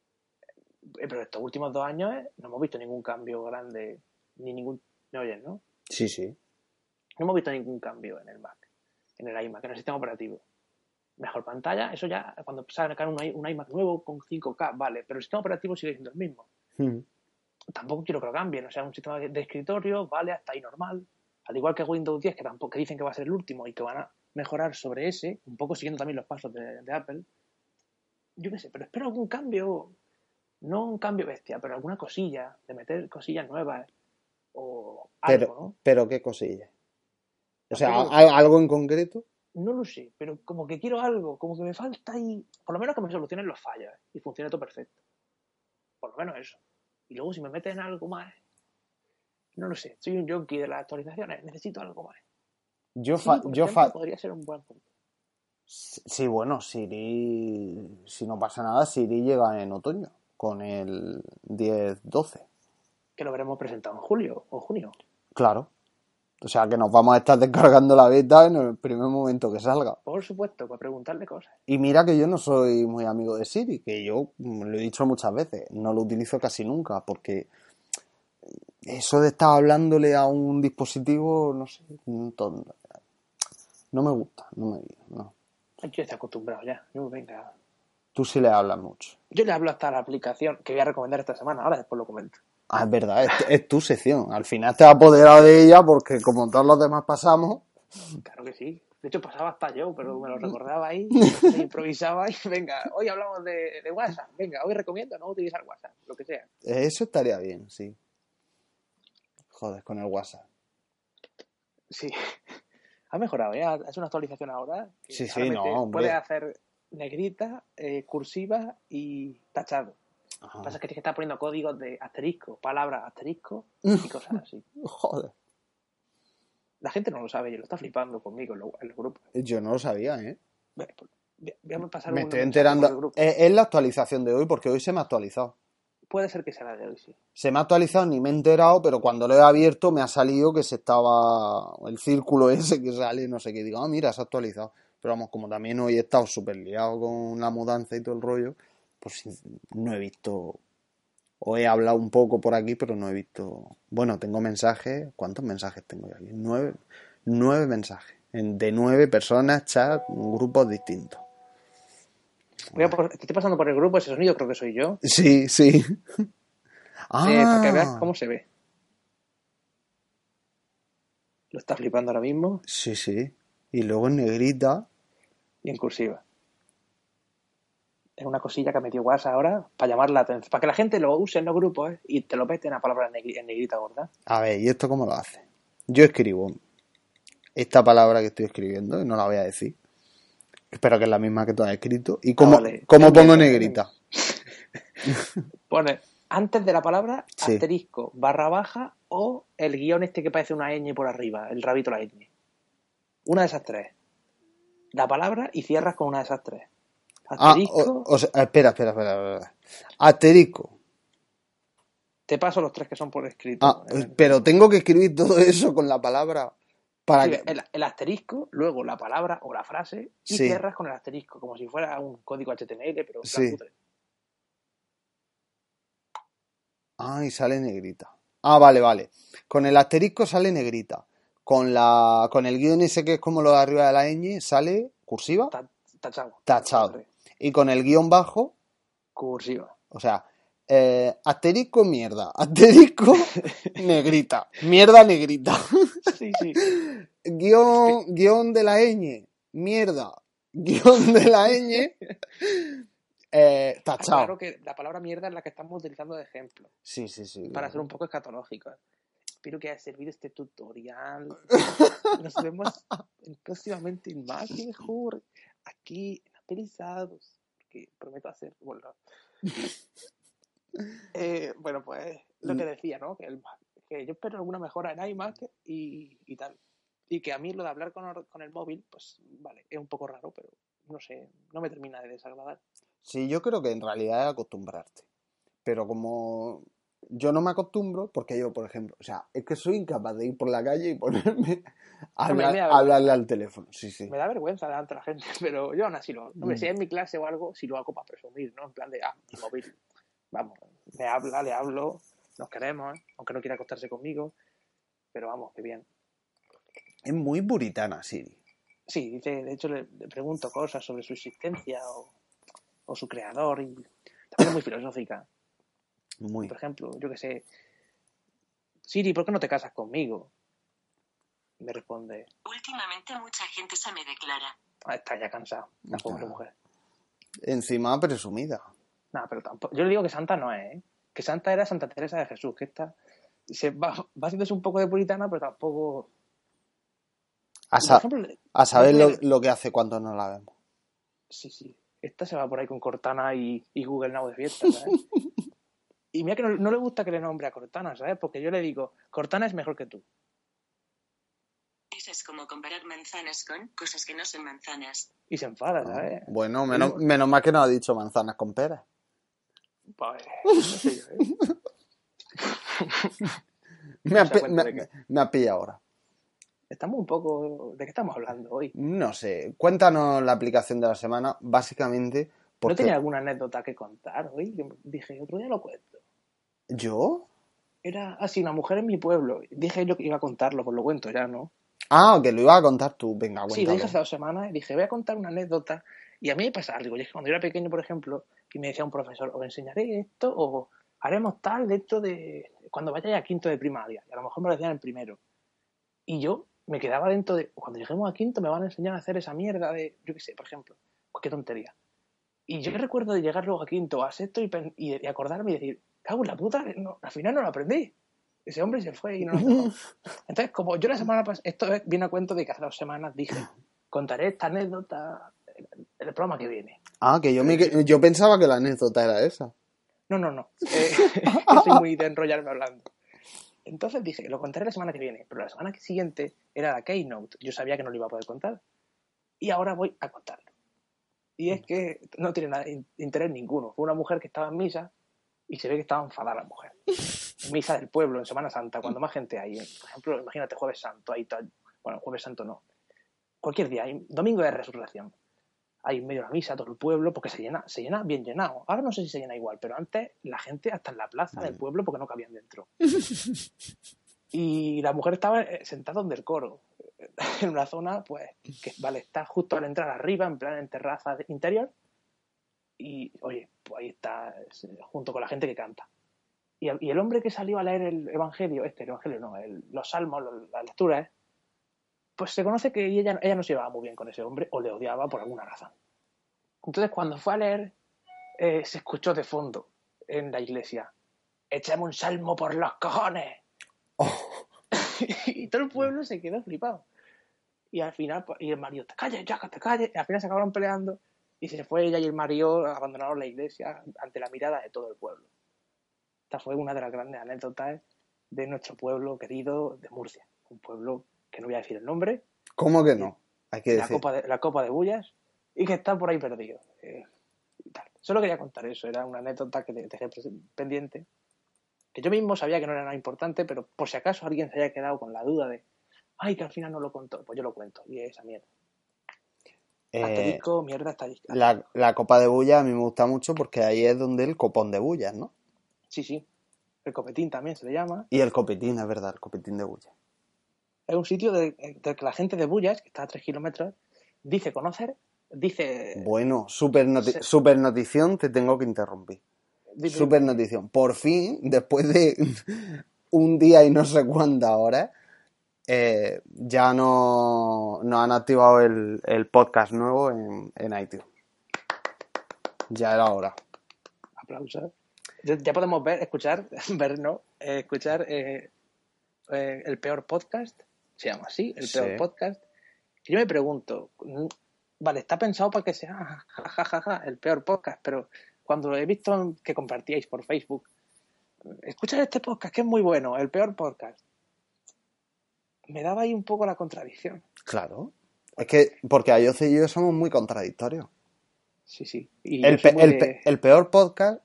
S2: Pero estos últimos dos años eh, no hemos visto ningún cambio grande, ni ningún. ¿Me oyes, no?
S3: Sí, sí.
S2: No hemos visto ningún cambio en el Mac, en el iMac, en el sistema operativo. Mejor pantalla, eso ya, cuando sacan un, un iMac nuevo con cinco K, vale, pero el sistema operativo sigue siendo el mismo.
S3: Mm.
S2: Tampoco quiero que lo cambien, o sea, un sistema de, de escritorio, vale, hasta ahí normal. Al igual que Windows diez, que tampoco que dicen que va a ser el último y que van a mejorar sobre ese, un poco siguiendo también los pasos de, de Apple. Yo qué sé, pero espero algún cambio, no un cambio bestia, pero alguna cosilla, de meter cosillas nuevas o algo,
S3: Pero,
S2: ¿no?
S3: pero qué cosilla. O sea,
S2: Tampoco-
S3: ¿al- ¿algo en concreto?
S2: No lo sé, pero como que quiero algo, como que me falta ahí, por lo menos que me solucionen los fallos ¿eh? Y funcione todo perfecto. Por lo menos eso. Y luego si me meten algo más, no lo sé, soy un junkie de las actualizaciones, necesito algo más.
S3: Yo,
S2: Siri,
S3: fa,
S2: por
S3: yo
S2: ejemplo,
S3: fa,
S2: podría ser un buen punto.
S3: sí, bueno, Siri, si no pasa nada, Siri llega en otoño, con el diez doce.
S2: Que lo veremos presentado en julio o junio.
S3: Claro. O sea, que nos vamos a estar descargando la beta en el primer momento que salga.
S2: Por supuesto, para preguntarle cosas.
S3: Y mira que yo no soy muy amigo de Siri, que yo lo he dicho muchas veces, no lo utilizo casi nunca, porque eso de estar hablándole a un dispositivo, no sé, no me gusta, no me no.
S2: Yo estoy acostumbrado ya. Yo, venga.
S3: Tú sí le hablas mucho.
S2: Yo le hablo hasta la aplicación que voy a recomendar esta semana, ahora después lo comento.
S3: Ah, es verdad, es, es tu sección. Al final te has apoderado de ella porque como todos los demás pasamos...
S2: Claro que sí. De hecho, pasaba hasta yo, pero me lo recordaba ahí, me improvisaba y venga, hoy hablamos de, de WhatsApp, venga, hoy recomiendo no utilizar WhatsApp, lo que sea.
S3: Eso estaría bien, sí. Joder, con el WhatsApp.
S2: Sí. Ha mejorado, ¿eh? Ha hecho una actualización ahora. Que
S3: Sí, sí,
S2: ahora
S3: no,
S2: mete-
S3: hombre.
S2: Puedes hacer negrita, eh, cursiva y tachado. Lo
S3: Ajá.
S2: que pasa es que tienes que estar poniendo códigos de asterisco, palabras asterisco y cosas así.
S3: Joder.
S2: La gente no lo sabe y lo está flipando conmigo en, lo- en los grupos.
S3: Yo no lo sabía, ¿eh?
S2: Ve, pues, Voy voy a pasar
S3: Me
S2: un
S3: estoy
S2: mensaje por el
S3: enterando.
S2: grupo.
S3: Es, es la actualización de hoy, porque hoy se me ha actualizado.
S2: Puede ser que sea la de hoy, sí.
S3: Se me ha actualizado, ni me he enterado, pero cuando lo he abierto me ha salido que se estaba el círculo ese que sale, no sé qué. Digo, ah, mira, se ha actualizado. Pero vamos, como también hoy he estado súper liado con la mudanza y todo el rollo, pues no he visto. O he hablado un poco por aquí, pero no he visto. Bueno, tengo mensajes. ¿Cuántos mensajes tengo yo aquí? Nueve, nueve mensajes. En- De nueve personas, chat, grupos distintos.
S2: Voy a por- te estoy pasando por el grupo, ese sonido creo que soy yo.
S3: Sí, sí.
S2: Eh, para que veas
S3: Ah,
S2: cómo se ve. Lo está flipando ahora mismo
S3: sí, sí. Y luego en negrita.
S2: y en cursiva. Es una cosilla que ha metido WhatsApp ahora para llamar la atención, para que la gente lo use en los grupos, ¿eh? Y te lo meten a palabras en negri- en negrita gorda.
S3: A ver, ¿y esto cómo lo hace? Yo escribo esta palabra que estoy escribiendo, y no la voy a decir. Espero que es la misma que tú has escrito. ¿Y cómo,
S2: Ah, vale.
S3: cómo
S2: Es
S3: pongo
S2: mierda,
S3: negrita?
S2: Pone antes de la palabra
S3: Sí.
S2: asterisco, barra baja o el guión este que parece una ñ por arriba, el rabito la ñ. Una de esas tres. La palabra y cierras con una de esas tres.
S3: Ah,
S2: Asterisco,
S3: o, o sea, espera, espera, espera, espera. Asterisco.
S2: te paso los tres que son por escrito.
S3: Ah,
S2: en el-
S3: pero tengo que escribir todo eso con la palabra para
S2: Sí,
S3: que...
S2: el, el asterisco, luego la palabra o la frase y
S3: Sí.
S2: cierras con el asterisco, como si fuera un código H T M L, pero en plan
S3: Sí.
S2: cutre.
S3: Ah, y sale negrita. Ah, vale, vale. Con el asterisco sale negrita. Con la con el guión ese que es como lo de arriba de la ñ sale cursiva,
S2: Ta- Tachado.
S3: tachado. Y con el guión bajo,
S2: Cursiva.
S3: o sea, eh, asterisco mierda, asterisco negrita, mierda negrita.
S2: Sí, sí.
S3: Guión, guión de la ñ, mierda, guión de la ñ, eh,
S2: Ah,
S3: tachado.
S2: claro que la palabra mierda es la que estamos utilizando de ejemplo,
S3: Sí, sí, sí.
S2: para ser un poco escatológico. Espero que haya servido este tutorial. Nos vemos en próximamente en más y mejor. Aquí en Apelizados. Que prometo hacer. Bueno, eh, bueno, pues lo que decía, ¿no? Que, el, que yo espero alguna mejora en iMac y, y tal. Y que a mí lo de hablar con, con el móvil, pues vale, es un poco raro, pero no sé, no me termina de desagradar.
S3: Sí, yo creo que en realidad es acostumbrarte. Pero como yo no me acostumbro, porque yo, por ejemplo, o sea, es que soy incapaz de ir por la calle y ponerme a
S2: No, me-
S3: hablar-
S2: me da
S3: a hablarle
S2: vergüenza.
S3: al teléfono. Sí, sí.
S2: Me da vergüenza delante de la gente, pero yo aún así lo. Hombre,
S3: Mm.
S2: si es en mi clase o algo, si lo hago para presumir, ¿no? En plan de, ah, mi móvil. Vamos, me habla, le hablo, nos queremos, ¿eh? Aunque no quiera acostarse conmigo, pero vamos, qué bien.
S3: Es muy puritana, Siri.
S2: Sí, dice, de hecho le, le pregunto cosas sobre su existencia o, o su creador y también es muy filosófica.
S3: Muy.
S2: Por ejemplo, yo que sé, Siri, ¿por qué no te casas conmigo? Y me responde,
S4: Últimamente mucha gente se me declara.
S2: ah, está ya cansado, la pobre
S3: Ah.
S2: mujer.
S3: Encima presumida.
S2: No, pero tampoco. Yo le digo que Santa no es, ¿eh? Que Santa era Santa Teresa de Jesús, que esta se va, va haciéndose un poco de puritana, pero tampoco.
S3: A,
S2: Por
S3: sa-
S2: ejemplo,
S3: a saber lo,
S2: le-
S3: lo que hace cuando no la vemos.
S2: sí, sí. Esta se va por ahí con Cortana y, y Google Now de fiesta, ¿sabes? Y mira que no, no le gusta que le nombre a Cortana, ¿sabes? Porque yo le digo, Cortana es mejor que tú.
S4: Eso es como comparar manzanas con cosas que no son manzanas.
S2: Y se enfada,
S3: Ah,
S2: ¿sabes?
S3: bueno, menos, menos mal que no ha dicho manzanas con peras.
S2: Pues, no sé yo, ¿eh?
S3: Me ha,
S2: No se
S3: pi-
S2: da cuenta
S3: me-
S2: de qué.
S3: me ha pillado ahora.
S2: Estamos un poco... ¿De qué estamos hablando hoy?
S3: No sé. Cuéntanos la aplicación de la semana, básicamente porque...
S2: ¿No tenía alguna anécdota que contar hoy? Que dije, otro día lo cuento.
S3: ¿Yo?
S2: Era así, una mujer en mi pueblo. Dije yo que iba a contarlo, pues lo cuento ya, ¿no?
S3: Ah, que lo ibas a contar tú. Venga,
S2: Sí, lo
S3: cuéntalo.
S2: dije hace dos semanas y dije, voy a contar una anécdota. Y a mí me pasa algo. Y es que cuando yo era pequeño, por ejemplo, y me decía un profesor, os enseñaré esto o haremos tal dentro de... cuando vayáis a quinto de primaria. Y a lo mejor me lo decían en primero. Y yo me quedaba dentro de, cuando lleguemos a quinto me van a enseñar a hacer esa mierda de, yo qué sé, por ejemplo, cualquier tontería. Y yo recuerdo de llegar luego a quinto o a sexto y, y, y acordarme y decir, cago en la puta, no, al final no lo aprendí. Ese hombre se fue y no lo dejó. Entonces, como yo la semana pasada, esto viene a cuento de que hace dos semanas dije, contaré esta anécdota en el programa que viene.
S3: Ah, que yo, me, yo pensaba que la anécdota era esa.
S2: No, no, no. Eh, yo soy muy de enrollarme hablando. Entonces dije, lo contaré la semana que viene, pero la semana siguiente era la Keynote. Yo sabía que no lo iba a poder contar. Y ahora voy a contarlo. Y es que no tiene nada, interés ninguno. Fue una mujer que estaba en misa y se ve que estaba enfadada la mujer. Misa del pueblo, en Semana Santa, cuando más gente hay. Por ejemplo, imagínate Jueves Santo. Hay tal, bueno, Jueves Santo no. Cualquier día, hay, domingo de resurrección. Hay en medio de la misa, todo el pueblo, porque se llena, se llena bien llenado. Ahora no sé si se llena igual, pero antes la gente hasta en la plaza del pueblo porque no cabían dentro. Y la mujer estaba sentada donde el coro, en una zona, pues, que vale, está justo al entrar arriba, en plan en terraza interior. Y, oye, pues ahí está, junto con la gente que canta. Y el, y el hombre que salió a leer el evangelio, este, el evangelio no, el, los salmos, las lecturas, pues se conoce que ella, ella no se llevaba muy bien con ese hombre o le odiaba por alguna razón. Entonces, cuando fue a leer, eh, se escuchó de fondo en la iglesia, échame un salmo por los cojones. Oh. Y todo el pueblo se quedó flipado. Y al final, y el marido, te calles, ya que te calles. Y al final se acabaron peleando y se fue ella y el marido, abandonaron la iglesia ante la mirada de todo el pueblo. Esta fue una de las grandes anécdotas de nuestro pueblo querido de Murcia. Un pueblo que no voy a decir el nombre.
S3: ¿Cómo que no? Hay que
S2: la
S3: decir.
S2: Copa de, la Copa de Bullas y que está por ahí perdido. Eh, y tal. Solo quería contar eso, era una anécdota que dejé pendiente. Que yo mismo sabía que no era nada importante, pero por si acaso alguien se haya quedado con la duda de ay, que al final no lo contó, pues yo lo cuento, y esa mierda. Eh, asterisco, mierda, asterisco.
S3: La, la Copa de Bullas a mí me gusta mucho porque ahí es donde el copón de Bullas, ¿no?
S2: Sí, sí. El copetín también se le llama.
S3: Y el copetín, es verdad, el copetín de Bullas.
S2: Es un sitio del de que la gente de Bullas, que está a tres kilómetros, dice conocer, dice...
S3: Bueno, super, noti- se... super notición, te tengo que interrumpir. Dime, super dime. Notición. Por fin, después de un día y no sé cuántas horas, eh, ya no, no han activado el, el podcast nuevo en, en iTunes. Ya era hora.
S2: Aplausos. Ya podemos ver, escuchar, ver, no, eh, escuchar eh, eh, el peor podcast, se llama así, el peor sí. podcast. Y yo me pregunto, vale, está pensado para que sea jajajaja, ja, ja, ja, el peor podcast, pero cuando he visto que compartíais por Facebook, escuchar este podcast que es muy bueno, el peor podcast, me daba ahí un poco la contradicción.
S3: Claro, es que porque Ayoce y yo somos muy contradictorios.
S2: Sí, sí. Y
S3: el, pe- el, pe- el peor podcast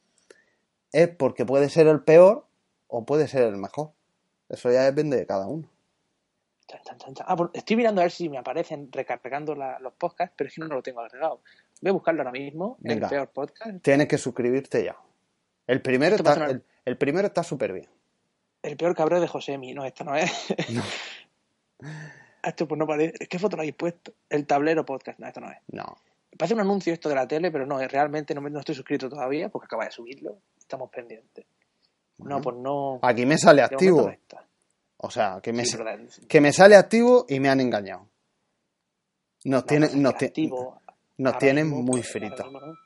S3: es porque puede ser el peor o puede ser el mejor. Eso ya depende de cada uno.
S2: Chan, chan, chan, chan. Ah, pues estoy mirando a ver si me aparecen recargando la, los podcasts, pero es que no lo tengo agregado. Voy a buscarlo ahora mismo. Venga, el peor podcast.
S3: Tienes que suscribirte ya. El primero está, una... el, el primero está súper bien.
S2: El peor cabreo de Josemi. No, esto no es. No. Esto pues no parece. ¿Qué foto lo habéis puesto? El tablero podcast. No, esto no es.
S3: No.
S2: Parece un anuncio esto de la tele, pero no, realmente no, me, no estoy suscrito todavía porque acaba de subirlo. Estamos pendientes. No, pues no.
S3: Aquí me sale activo. No o sea, que me, sí, que me sale activo y me han engañado. Nos, no, tiene, nos, activo, nos tienen mismo, muy fritos.
S2: Ahora, ¿no?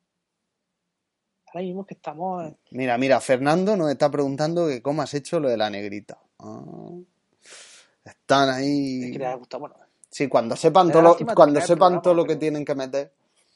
S2: Ahora mismo que estamos.
S3: Mira, mira, Fernando nos está preguntando que cómo has hecho lo de la negrita. Ah, están ahí.
S2: Es que les ha gustado, bueno.
S3: Sí, cuando sepan todo lo, cuando sepan todo lo que tienen que meter.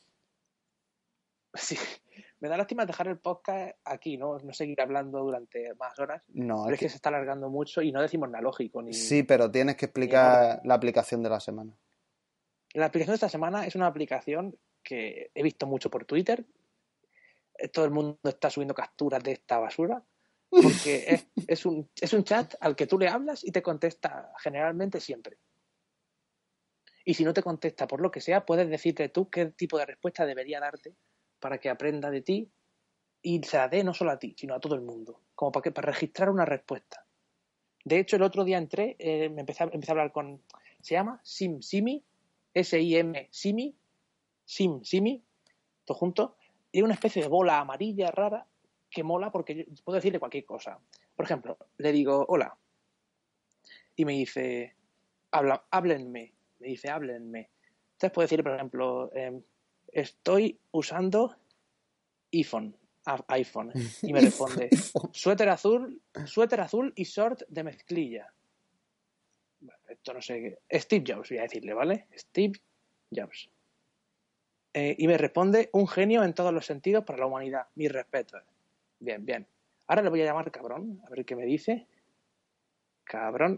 S2: Sí. Me da lástima dejar el podcast aquí, ¿no? No seguir hablando durante más horas.
S3: No,
S2: pero es que... que se está alargando mucho y no decimos nada lógico. Ni...
S3: Sí, pero tienes que explicar la aplicación de la semana.
S2: La aplicación de esta semana es una aplicación que he visto mucho por Twitter. Todo el mundo está subiendo capturas de esta basura. Porque es, es, un, es un chat al que tú le hablas y te contesta generalmente siempre. Y si no te contesta por lo que sea, puedes decirte tú qué tipo de respuesta debería darte para que aprenda de ti y se la dé no solo a ti, sino a todo el mundo, como para, que, para registrar una respuesta. De hecho, el otro día entré, eh, me empecé a, empecé a hablar con, se llama SimSimi, S I M Simi, SimSimi, todo junto, y es una especie de bola amarilla rara que mola porque yo puedo decirle cualquier cosa. Por ejemplo, le digo, hola, y me dice, habla, háblenme, me dice háblenme. Entonces puedo decir, por ejemplo, eh, estoy usando iPhone, iPhone, y me responde suéter azul, suéter azul y short de mezclilla. Bueno, esto no sé qué. Steve Jobs, voy a decirle, ¿vale? Steve Jobs. Eh, y me responde un genio en todos los sentidos para la humanidad. Mis respetos. Bien, bien. Ahora le voy a llamar cabrón, a ver qué me dice. Cabrón.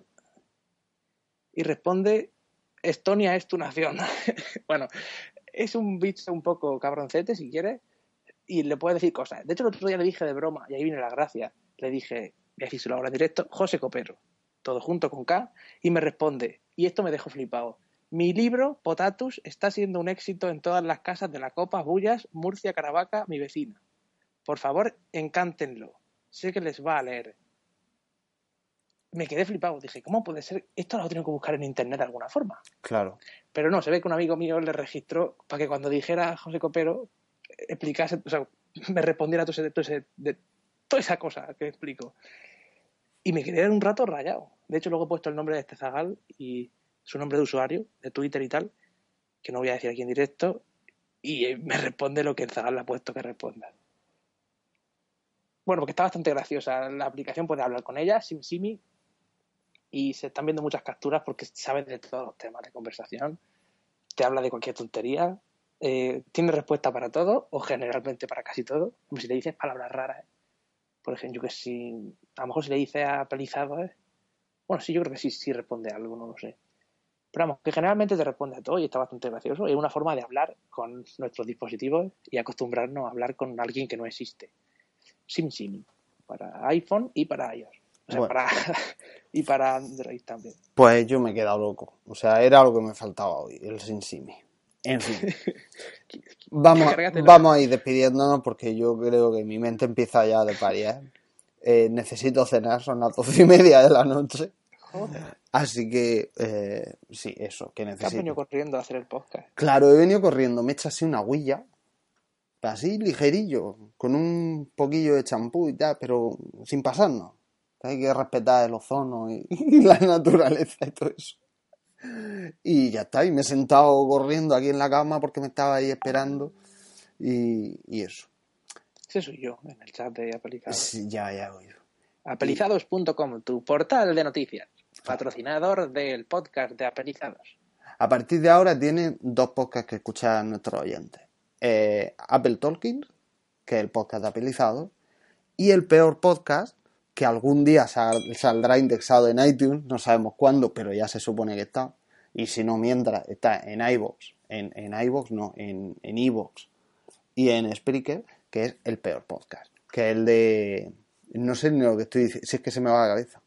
S2: Y responde, Estonia es tu nación. Bueno, es un bicho un poco cabroncete, si quieres, y le puedes decir cosas. De hecho, el otro día le dije de broma, y ahí viene la gracia, le dije, voy a decírselo ahora en directo, José Copero, todo junto con K, y me responde, y esto me dejó flipado, mi libro, Potatus, está siendo un éxito en todas las casas de La Copa, Bullas, Murcia, Caravaca, mi vecina. Por favor, encántenlo. Sé que les va a leer. Me quedé flipado. Dije, ¿cómo puede ser? Esto lo tengo que buscar en internet de alguna forma.
S3: Claro.
S2: Pero no, se ve que un amigo mío le registró para que cuando dijera José Copero explicase, o sea, me respondiera todo ese, todo ese, de, toda esa cosa que explico. Y me quedé un rato rayado. De hecho, luego he puesto el nombre de este zagal y su nombre de usuario, de Twitter y tal, que no voy a decir aquí en directo, y me responde lo que el zagal le ha puesto que responda. Bueno, porque está bastante graciosa. La aplicación puede hablar con ella, SimSimi, y se están viendo muchas capturas porque sabes de todos los temas de conversación. Te habla de cualquier tontería. Eh, tiene respuesta para todo, o generalmente para casi todo. Como si le dices palabras raras. ¿eh? Por ejemplo, que si a lo mejor si le dices apelizado, ¿eh? Bueno, sí, yo creo que sí, sí responde a algo, no lo sé. Pero vamos, que generalmente te responde a todo y está bastante gracioso. Es una forma de hablar con nuestros dispositivos y acostumbrarnos a hablar con alguien que no existe. SimSimi, para iPhone y para iOS. O sea, bueno. para y para Android también.
S3: Pues yo me he quedado loco. O sea, era lo que me faltaba hoy, el SimSimi. En fin. vamos, vamos a ir despidiéndonos porque yo creo que mi mente empieza ya de parir. Eh, necesito cenar, son las doce y media de la noche.
S2: Joder.
S3: Así que, eh, sí, eso, que necesito.
S2: ¿Te has venido corriendo a hacer el podcast?
S3: Claro, he venido corriendo, me he hecho así una huilla, así ligerillo, con un poquillo de champú y tal, pero sin pasarnos. Hay que respetar el ozono y, y la naturaleza y todo eso. Y ya está, y me he sentado corriendo aquí en la cama porque me estaba ahí esperando y, y eso.
S2: Ese soy yo, en el chat de Apelizados.
S3: Sí, ya, ya he oído.
S2: Apelizados punto com, tu portal de noticias, patrocinador del podcast de Apelizados.
S3: A partir de ahora tienen dos podcasts que escuchan nuestros oyentes. Eh, Apple Talking, que es el podcast de Apelizados, y el peor podcast, que algún día sal, saldrá indexado en iTunes, no sabemos cuándo, pero ya se supone que está. Y si no, mientras, está en iVoox, en, en iVoox no, en, en iVoox y en Spreaker, que es el peor podcast. Que es el de... No sé ni lo que estoy diciendo, si es que se me va la cabeza.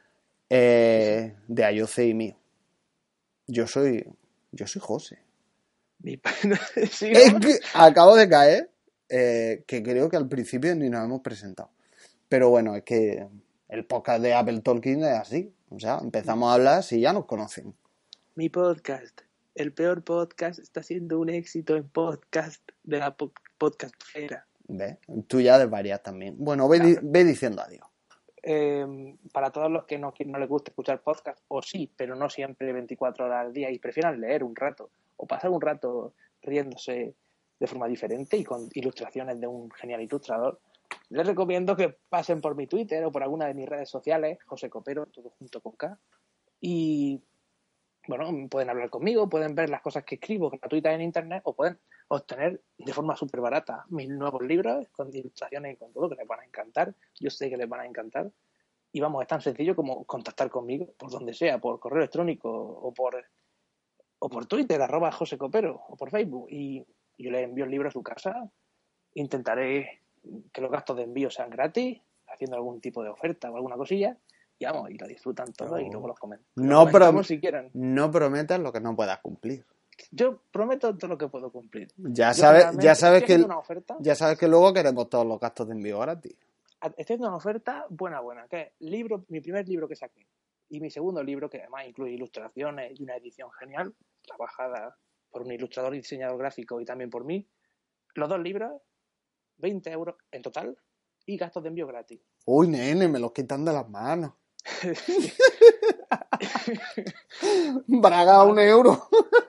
S3: Eh, de I O C y mío. Yo soy... Yo soy José.
S2: Mi ¿Sí, no?
S3: Es que acabo de caer, eh, que creo que al principio ni nos hemos presentado. Pero bueno, es que el podcast de Apple Talking es así. O sea, empezamos a hablar si ya nos conocen.
S2: Mi podcast, el peor podcast, está siendo un éxito en podcast de la po- podcastfera.
S3: ¿Ves? Tú ya desvarias también. Bueno, ve,
S2: Claro.
S3: di- ve diciendo adiós.
S2: Eh, para todos los que no, que no les gusta escuchar podcast, o sí, pero no siempre veinticuatro horas al día y prefieran leer un rato o pasar un rato riéndose de forma diferente y con ilustraciones de un genial ilustrador, les recomiendo que pasen por mi Twitter o por alguna de mis redes sociales, José Copero, todo junto con K, y bueno, pueden hablar conmigo, pueden ver las cosas que escribo gratuitas en internet o pueden obtener de forma súper barata mis nuevos libros con ilustraciones y con todo que les van a encantar. Yo sé que les van a encantar. Y vamos, es tan sencillo como contactar conmigo por donde sea, por correo electrónico o por o por Twitter, arroba José Copero, o por Facebook. Y yo les envío el libro a su casa. Intentaré que los gastos de envío sean gratis, haciendo algún tipo de oferta o alguna cosilla. Y vamos, y lo disfrutan todo y luego los comentan.
S3: No, prom-
S2: si quieren.
S3: no prometas lo que no puedas cumplir.
S2: Yo prometo todo lo que puedo cumplir.
S3: Ya
S2: Yo
S3: sabes,
S2: generalmente
S3: ya sabes
S2: estoy
S3: que
S2: haciendo una oferta,
S3: ya sabes que luego queremos todos los gastos de envío gratis.
S2: estoy haciendo una oferta buena, buena, que es libro, mi primer libro que saqué y mi segundo libro, que además incluye ilustraciones y una edición genial, trabajada por un ilustrador y diseñador gráfico y también por mí. Los dos libros, veinte euros en total y gastos de envío gratis.
S3: Uy, nene, me los quitan de las manos. Braga a un euro.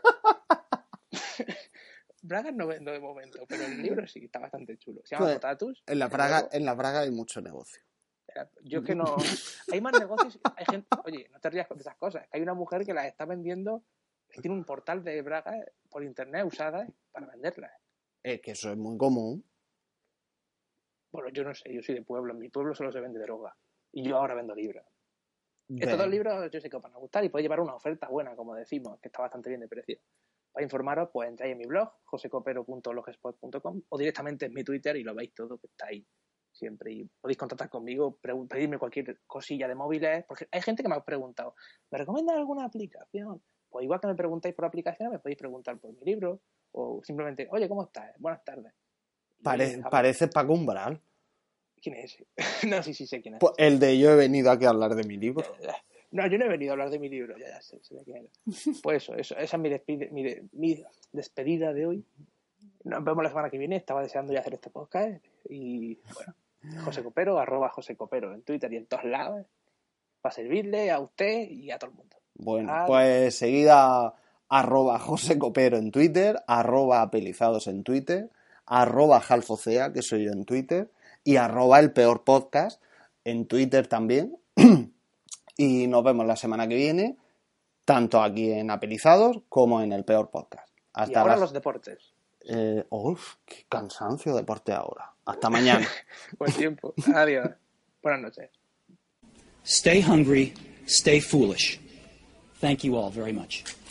S2: Bragas no vendo de momento, pero el libro sí, está bastante chulo. Se llama
S3: Pues,
S2: Potatus.
S3: En la Braga, en la Braga hay mucho negocio.
S2: Yo es que no... Hay más negocios... Hay gente... Oye, no te rías con esas cosas. Hay una mujer que las está vendiendo... Tiene un portal de bragas por internet usadas para venderlas.
S3: Es que eso es muy común.
S2: Bueno, yo no sé. Yo soy de pueblo. En mi pueblo solo se vende droga. Y yo ahora vendo libros.
S3: Ven.
S2: Estos dos libros yo sé que os van a gustar y podéis llevar una oferta buena, como decimos, que está bastante bien de precio. Para informaros, pues entráis en mi blog, josecopero punto blogspot punto com, o directamente en mi Twitter y lo veis todo, que está ahí siempre. Y podéis contactar conmigo, pedirme cualquier cosilla de móviles, porque hay gente que me ha preguntado, ¿me recomiendan alguna aplicación? Pues igual que me preguntáis por aplicaciones, me podéis preguntar por mi libro, o simplemente, oye, ¿cómo estás? Buenas tardes.
S3: Pare-
S2: oye,
S3: parece Paco Umbral.
S2: ¿Quién es ese? No, sí, sí sé quién es.
S3: Pues el de yo he venido aquí a hablar de mi libro.
S2: No, yo no he venido a hablar de mi libro, ya, ya sé, sé de quién era. Pues eso, eso, esa es mi, despide, mi, de, mi despedida de hoy. Nos vemos la semana que viene, estaba deseando ya hacer este podcast. Y bueno, José Copero, arroba José Copero en Twitter y en todos lados, para servirle a usted y a todo el mundo.
S3: Bueno,
S2: Adiós.
S3: pues seguida arroba José Copero en Twitter, arroba apelizados en Twitter, arroba Jalfocea, que soy yo en Twitter, y arroba el peor podcast en Twitter también. Y nos vemos la semana que viene, tanto aquí en Apelizados como en el peor podcast. Hasta
S2: y ahora
S3: las...
S2: los deportes.
S3: Eh, uf, qué cansancio deporte ahora. Hasta mañana.
S2: Buen tiempo. Adiós. Buenas noches.
S5: Stay hungry, stay foolish. Thank you all very much.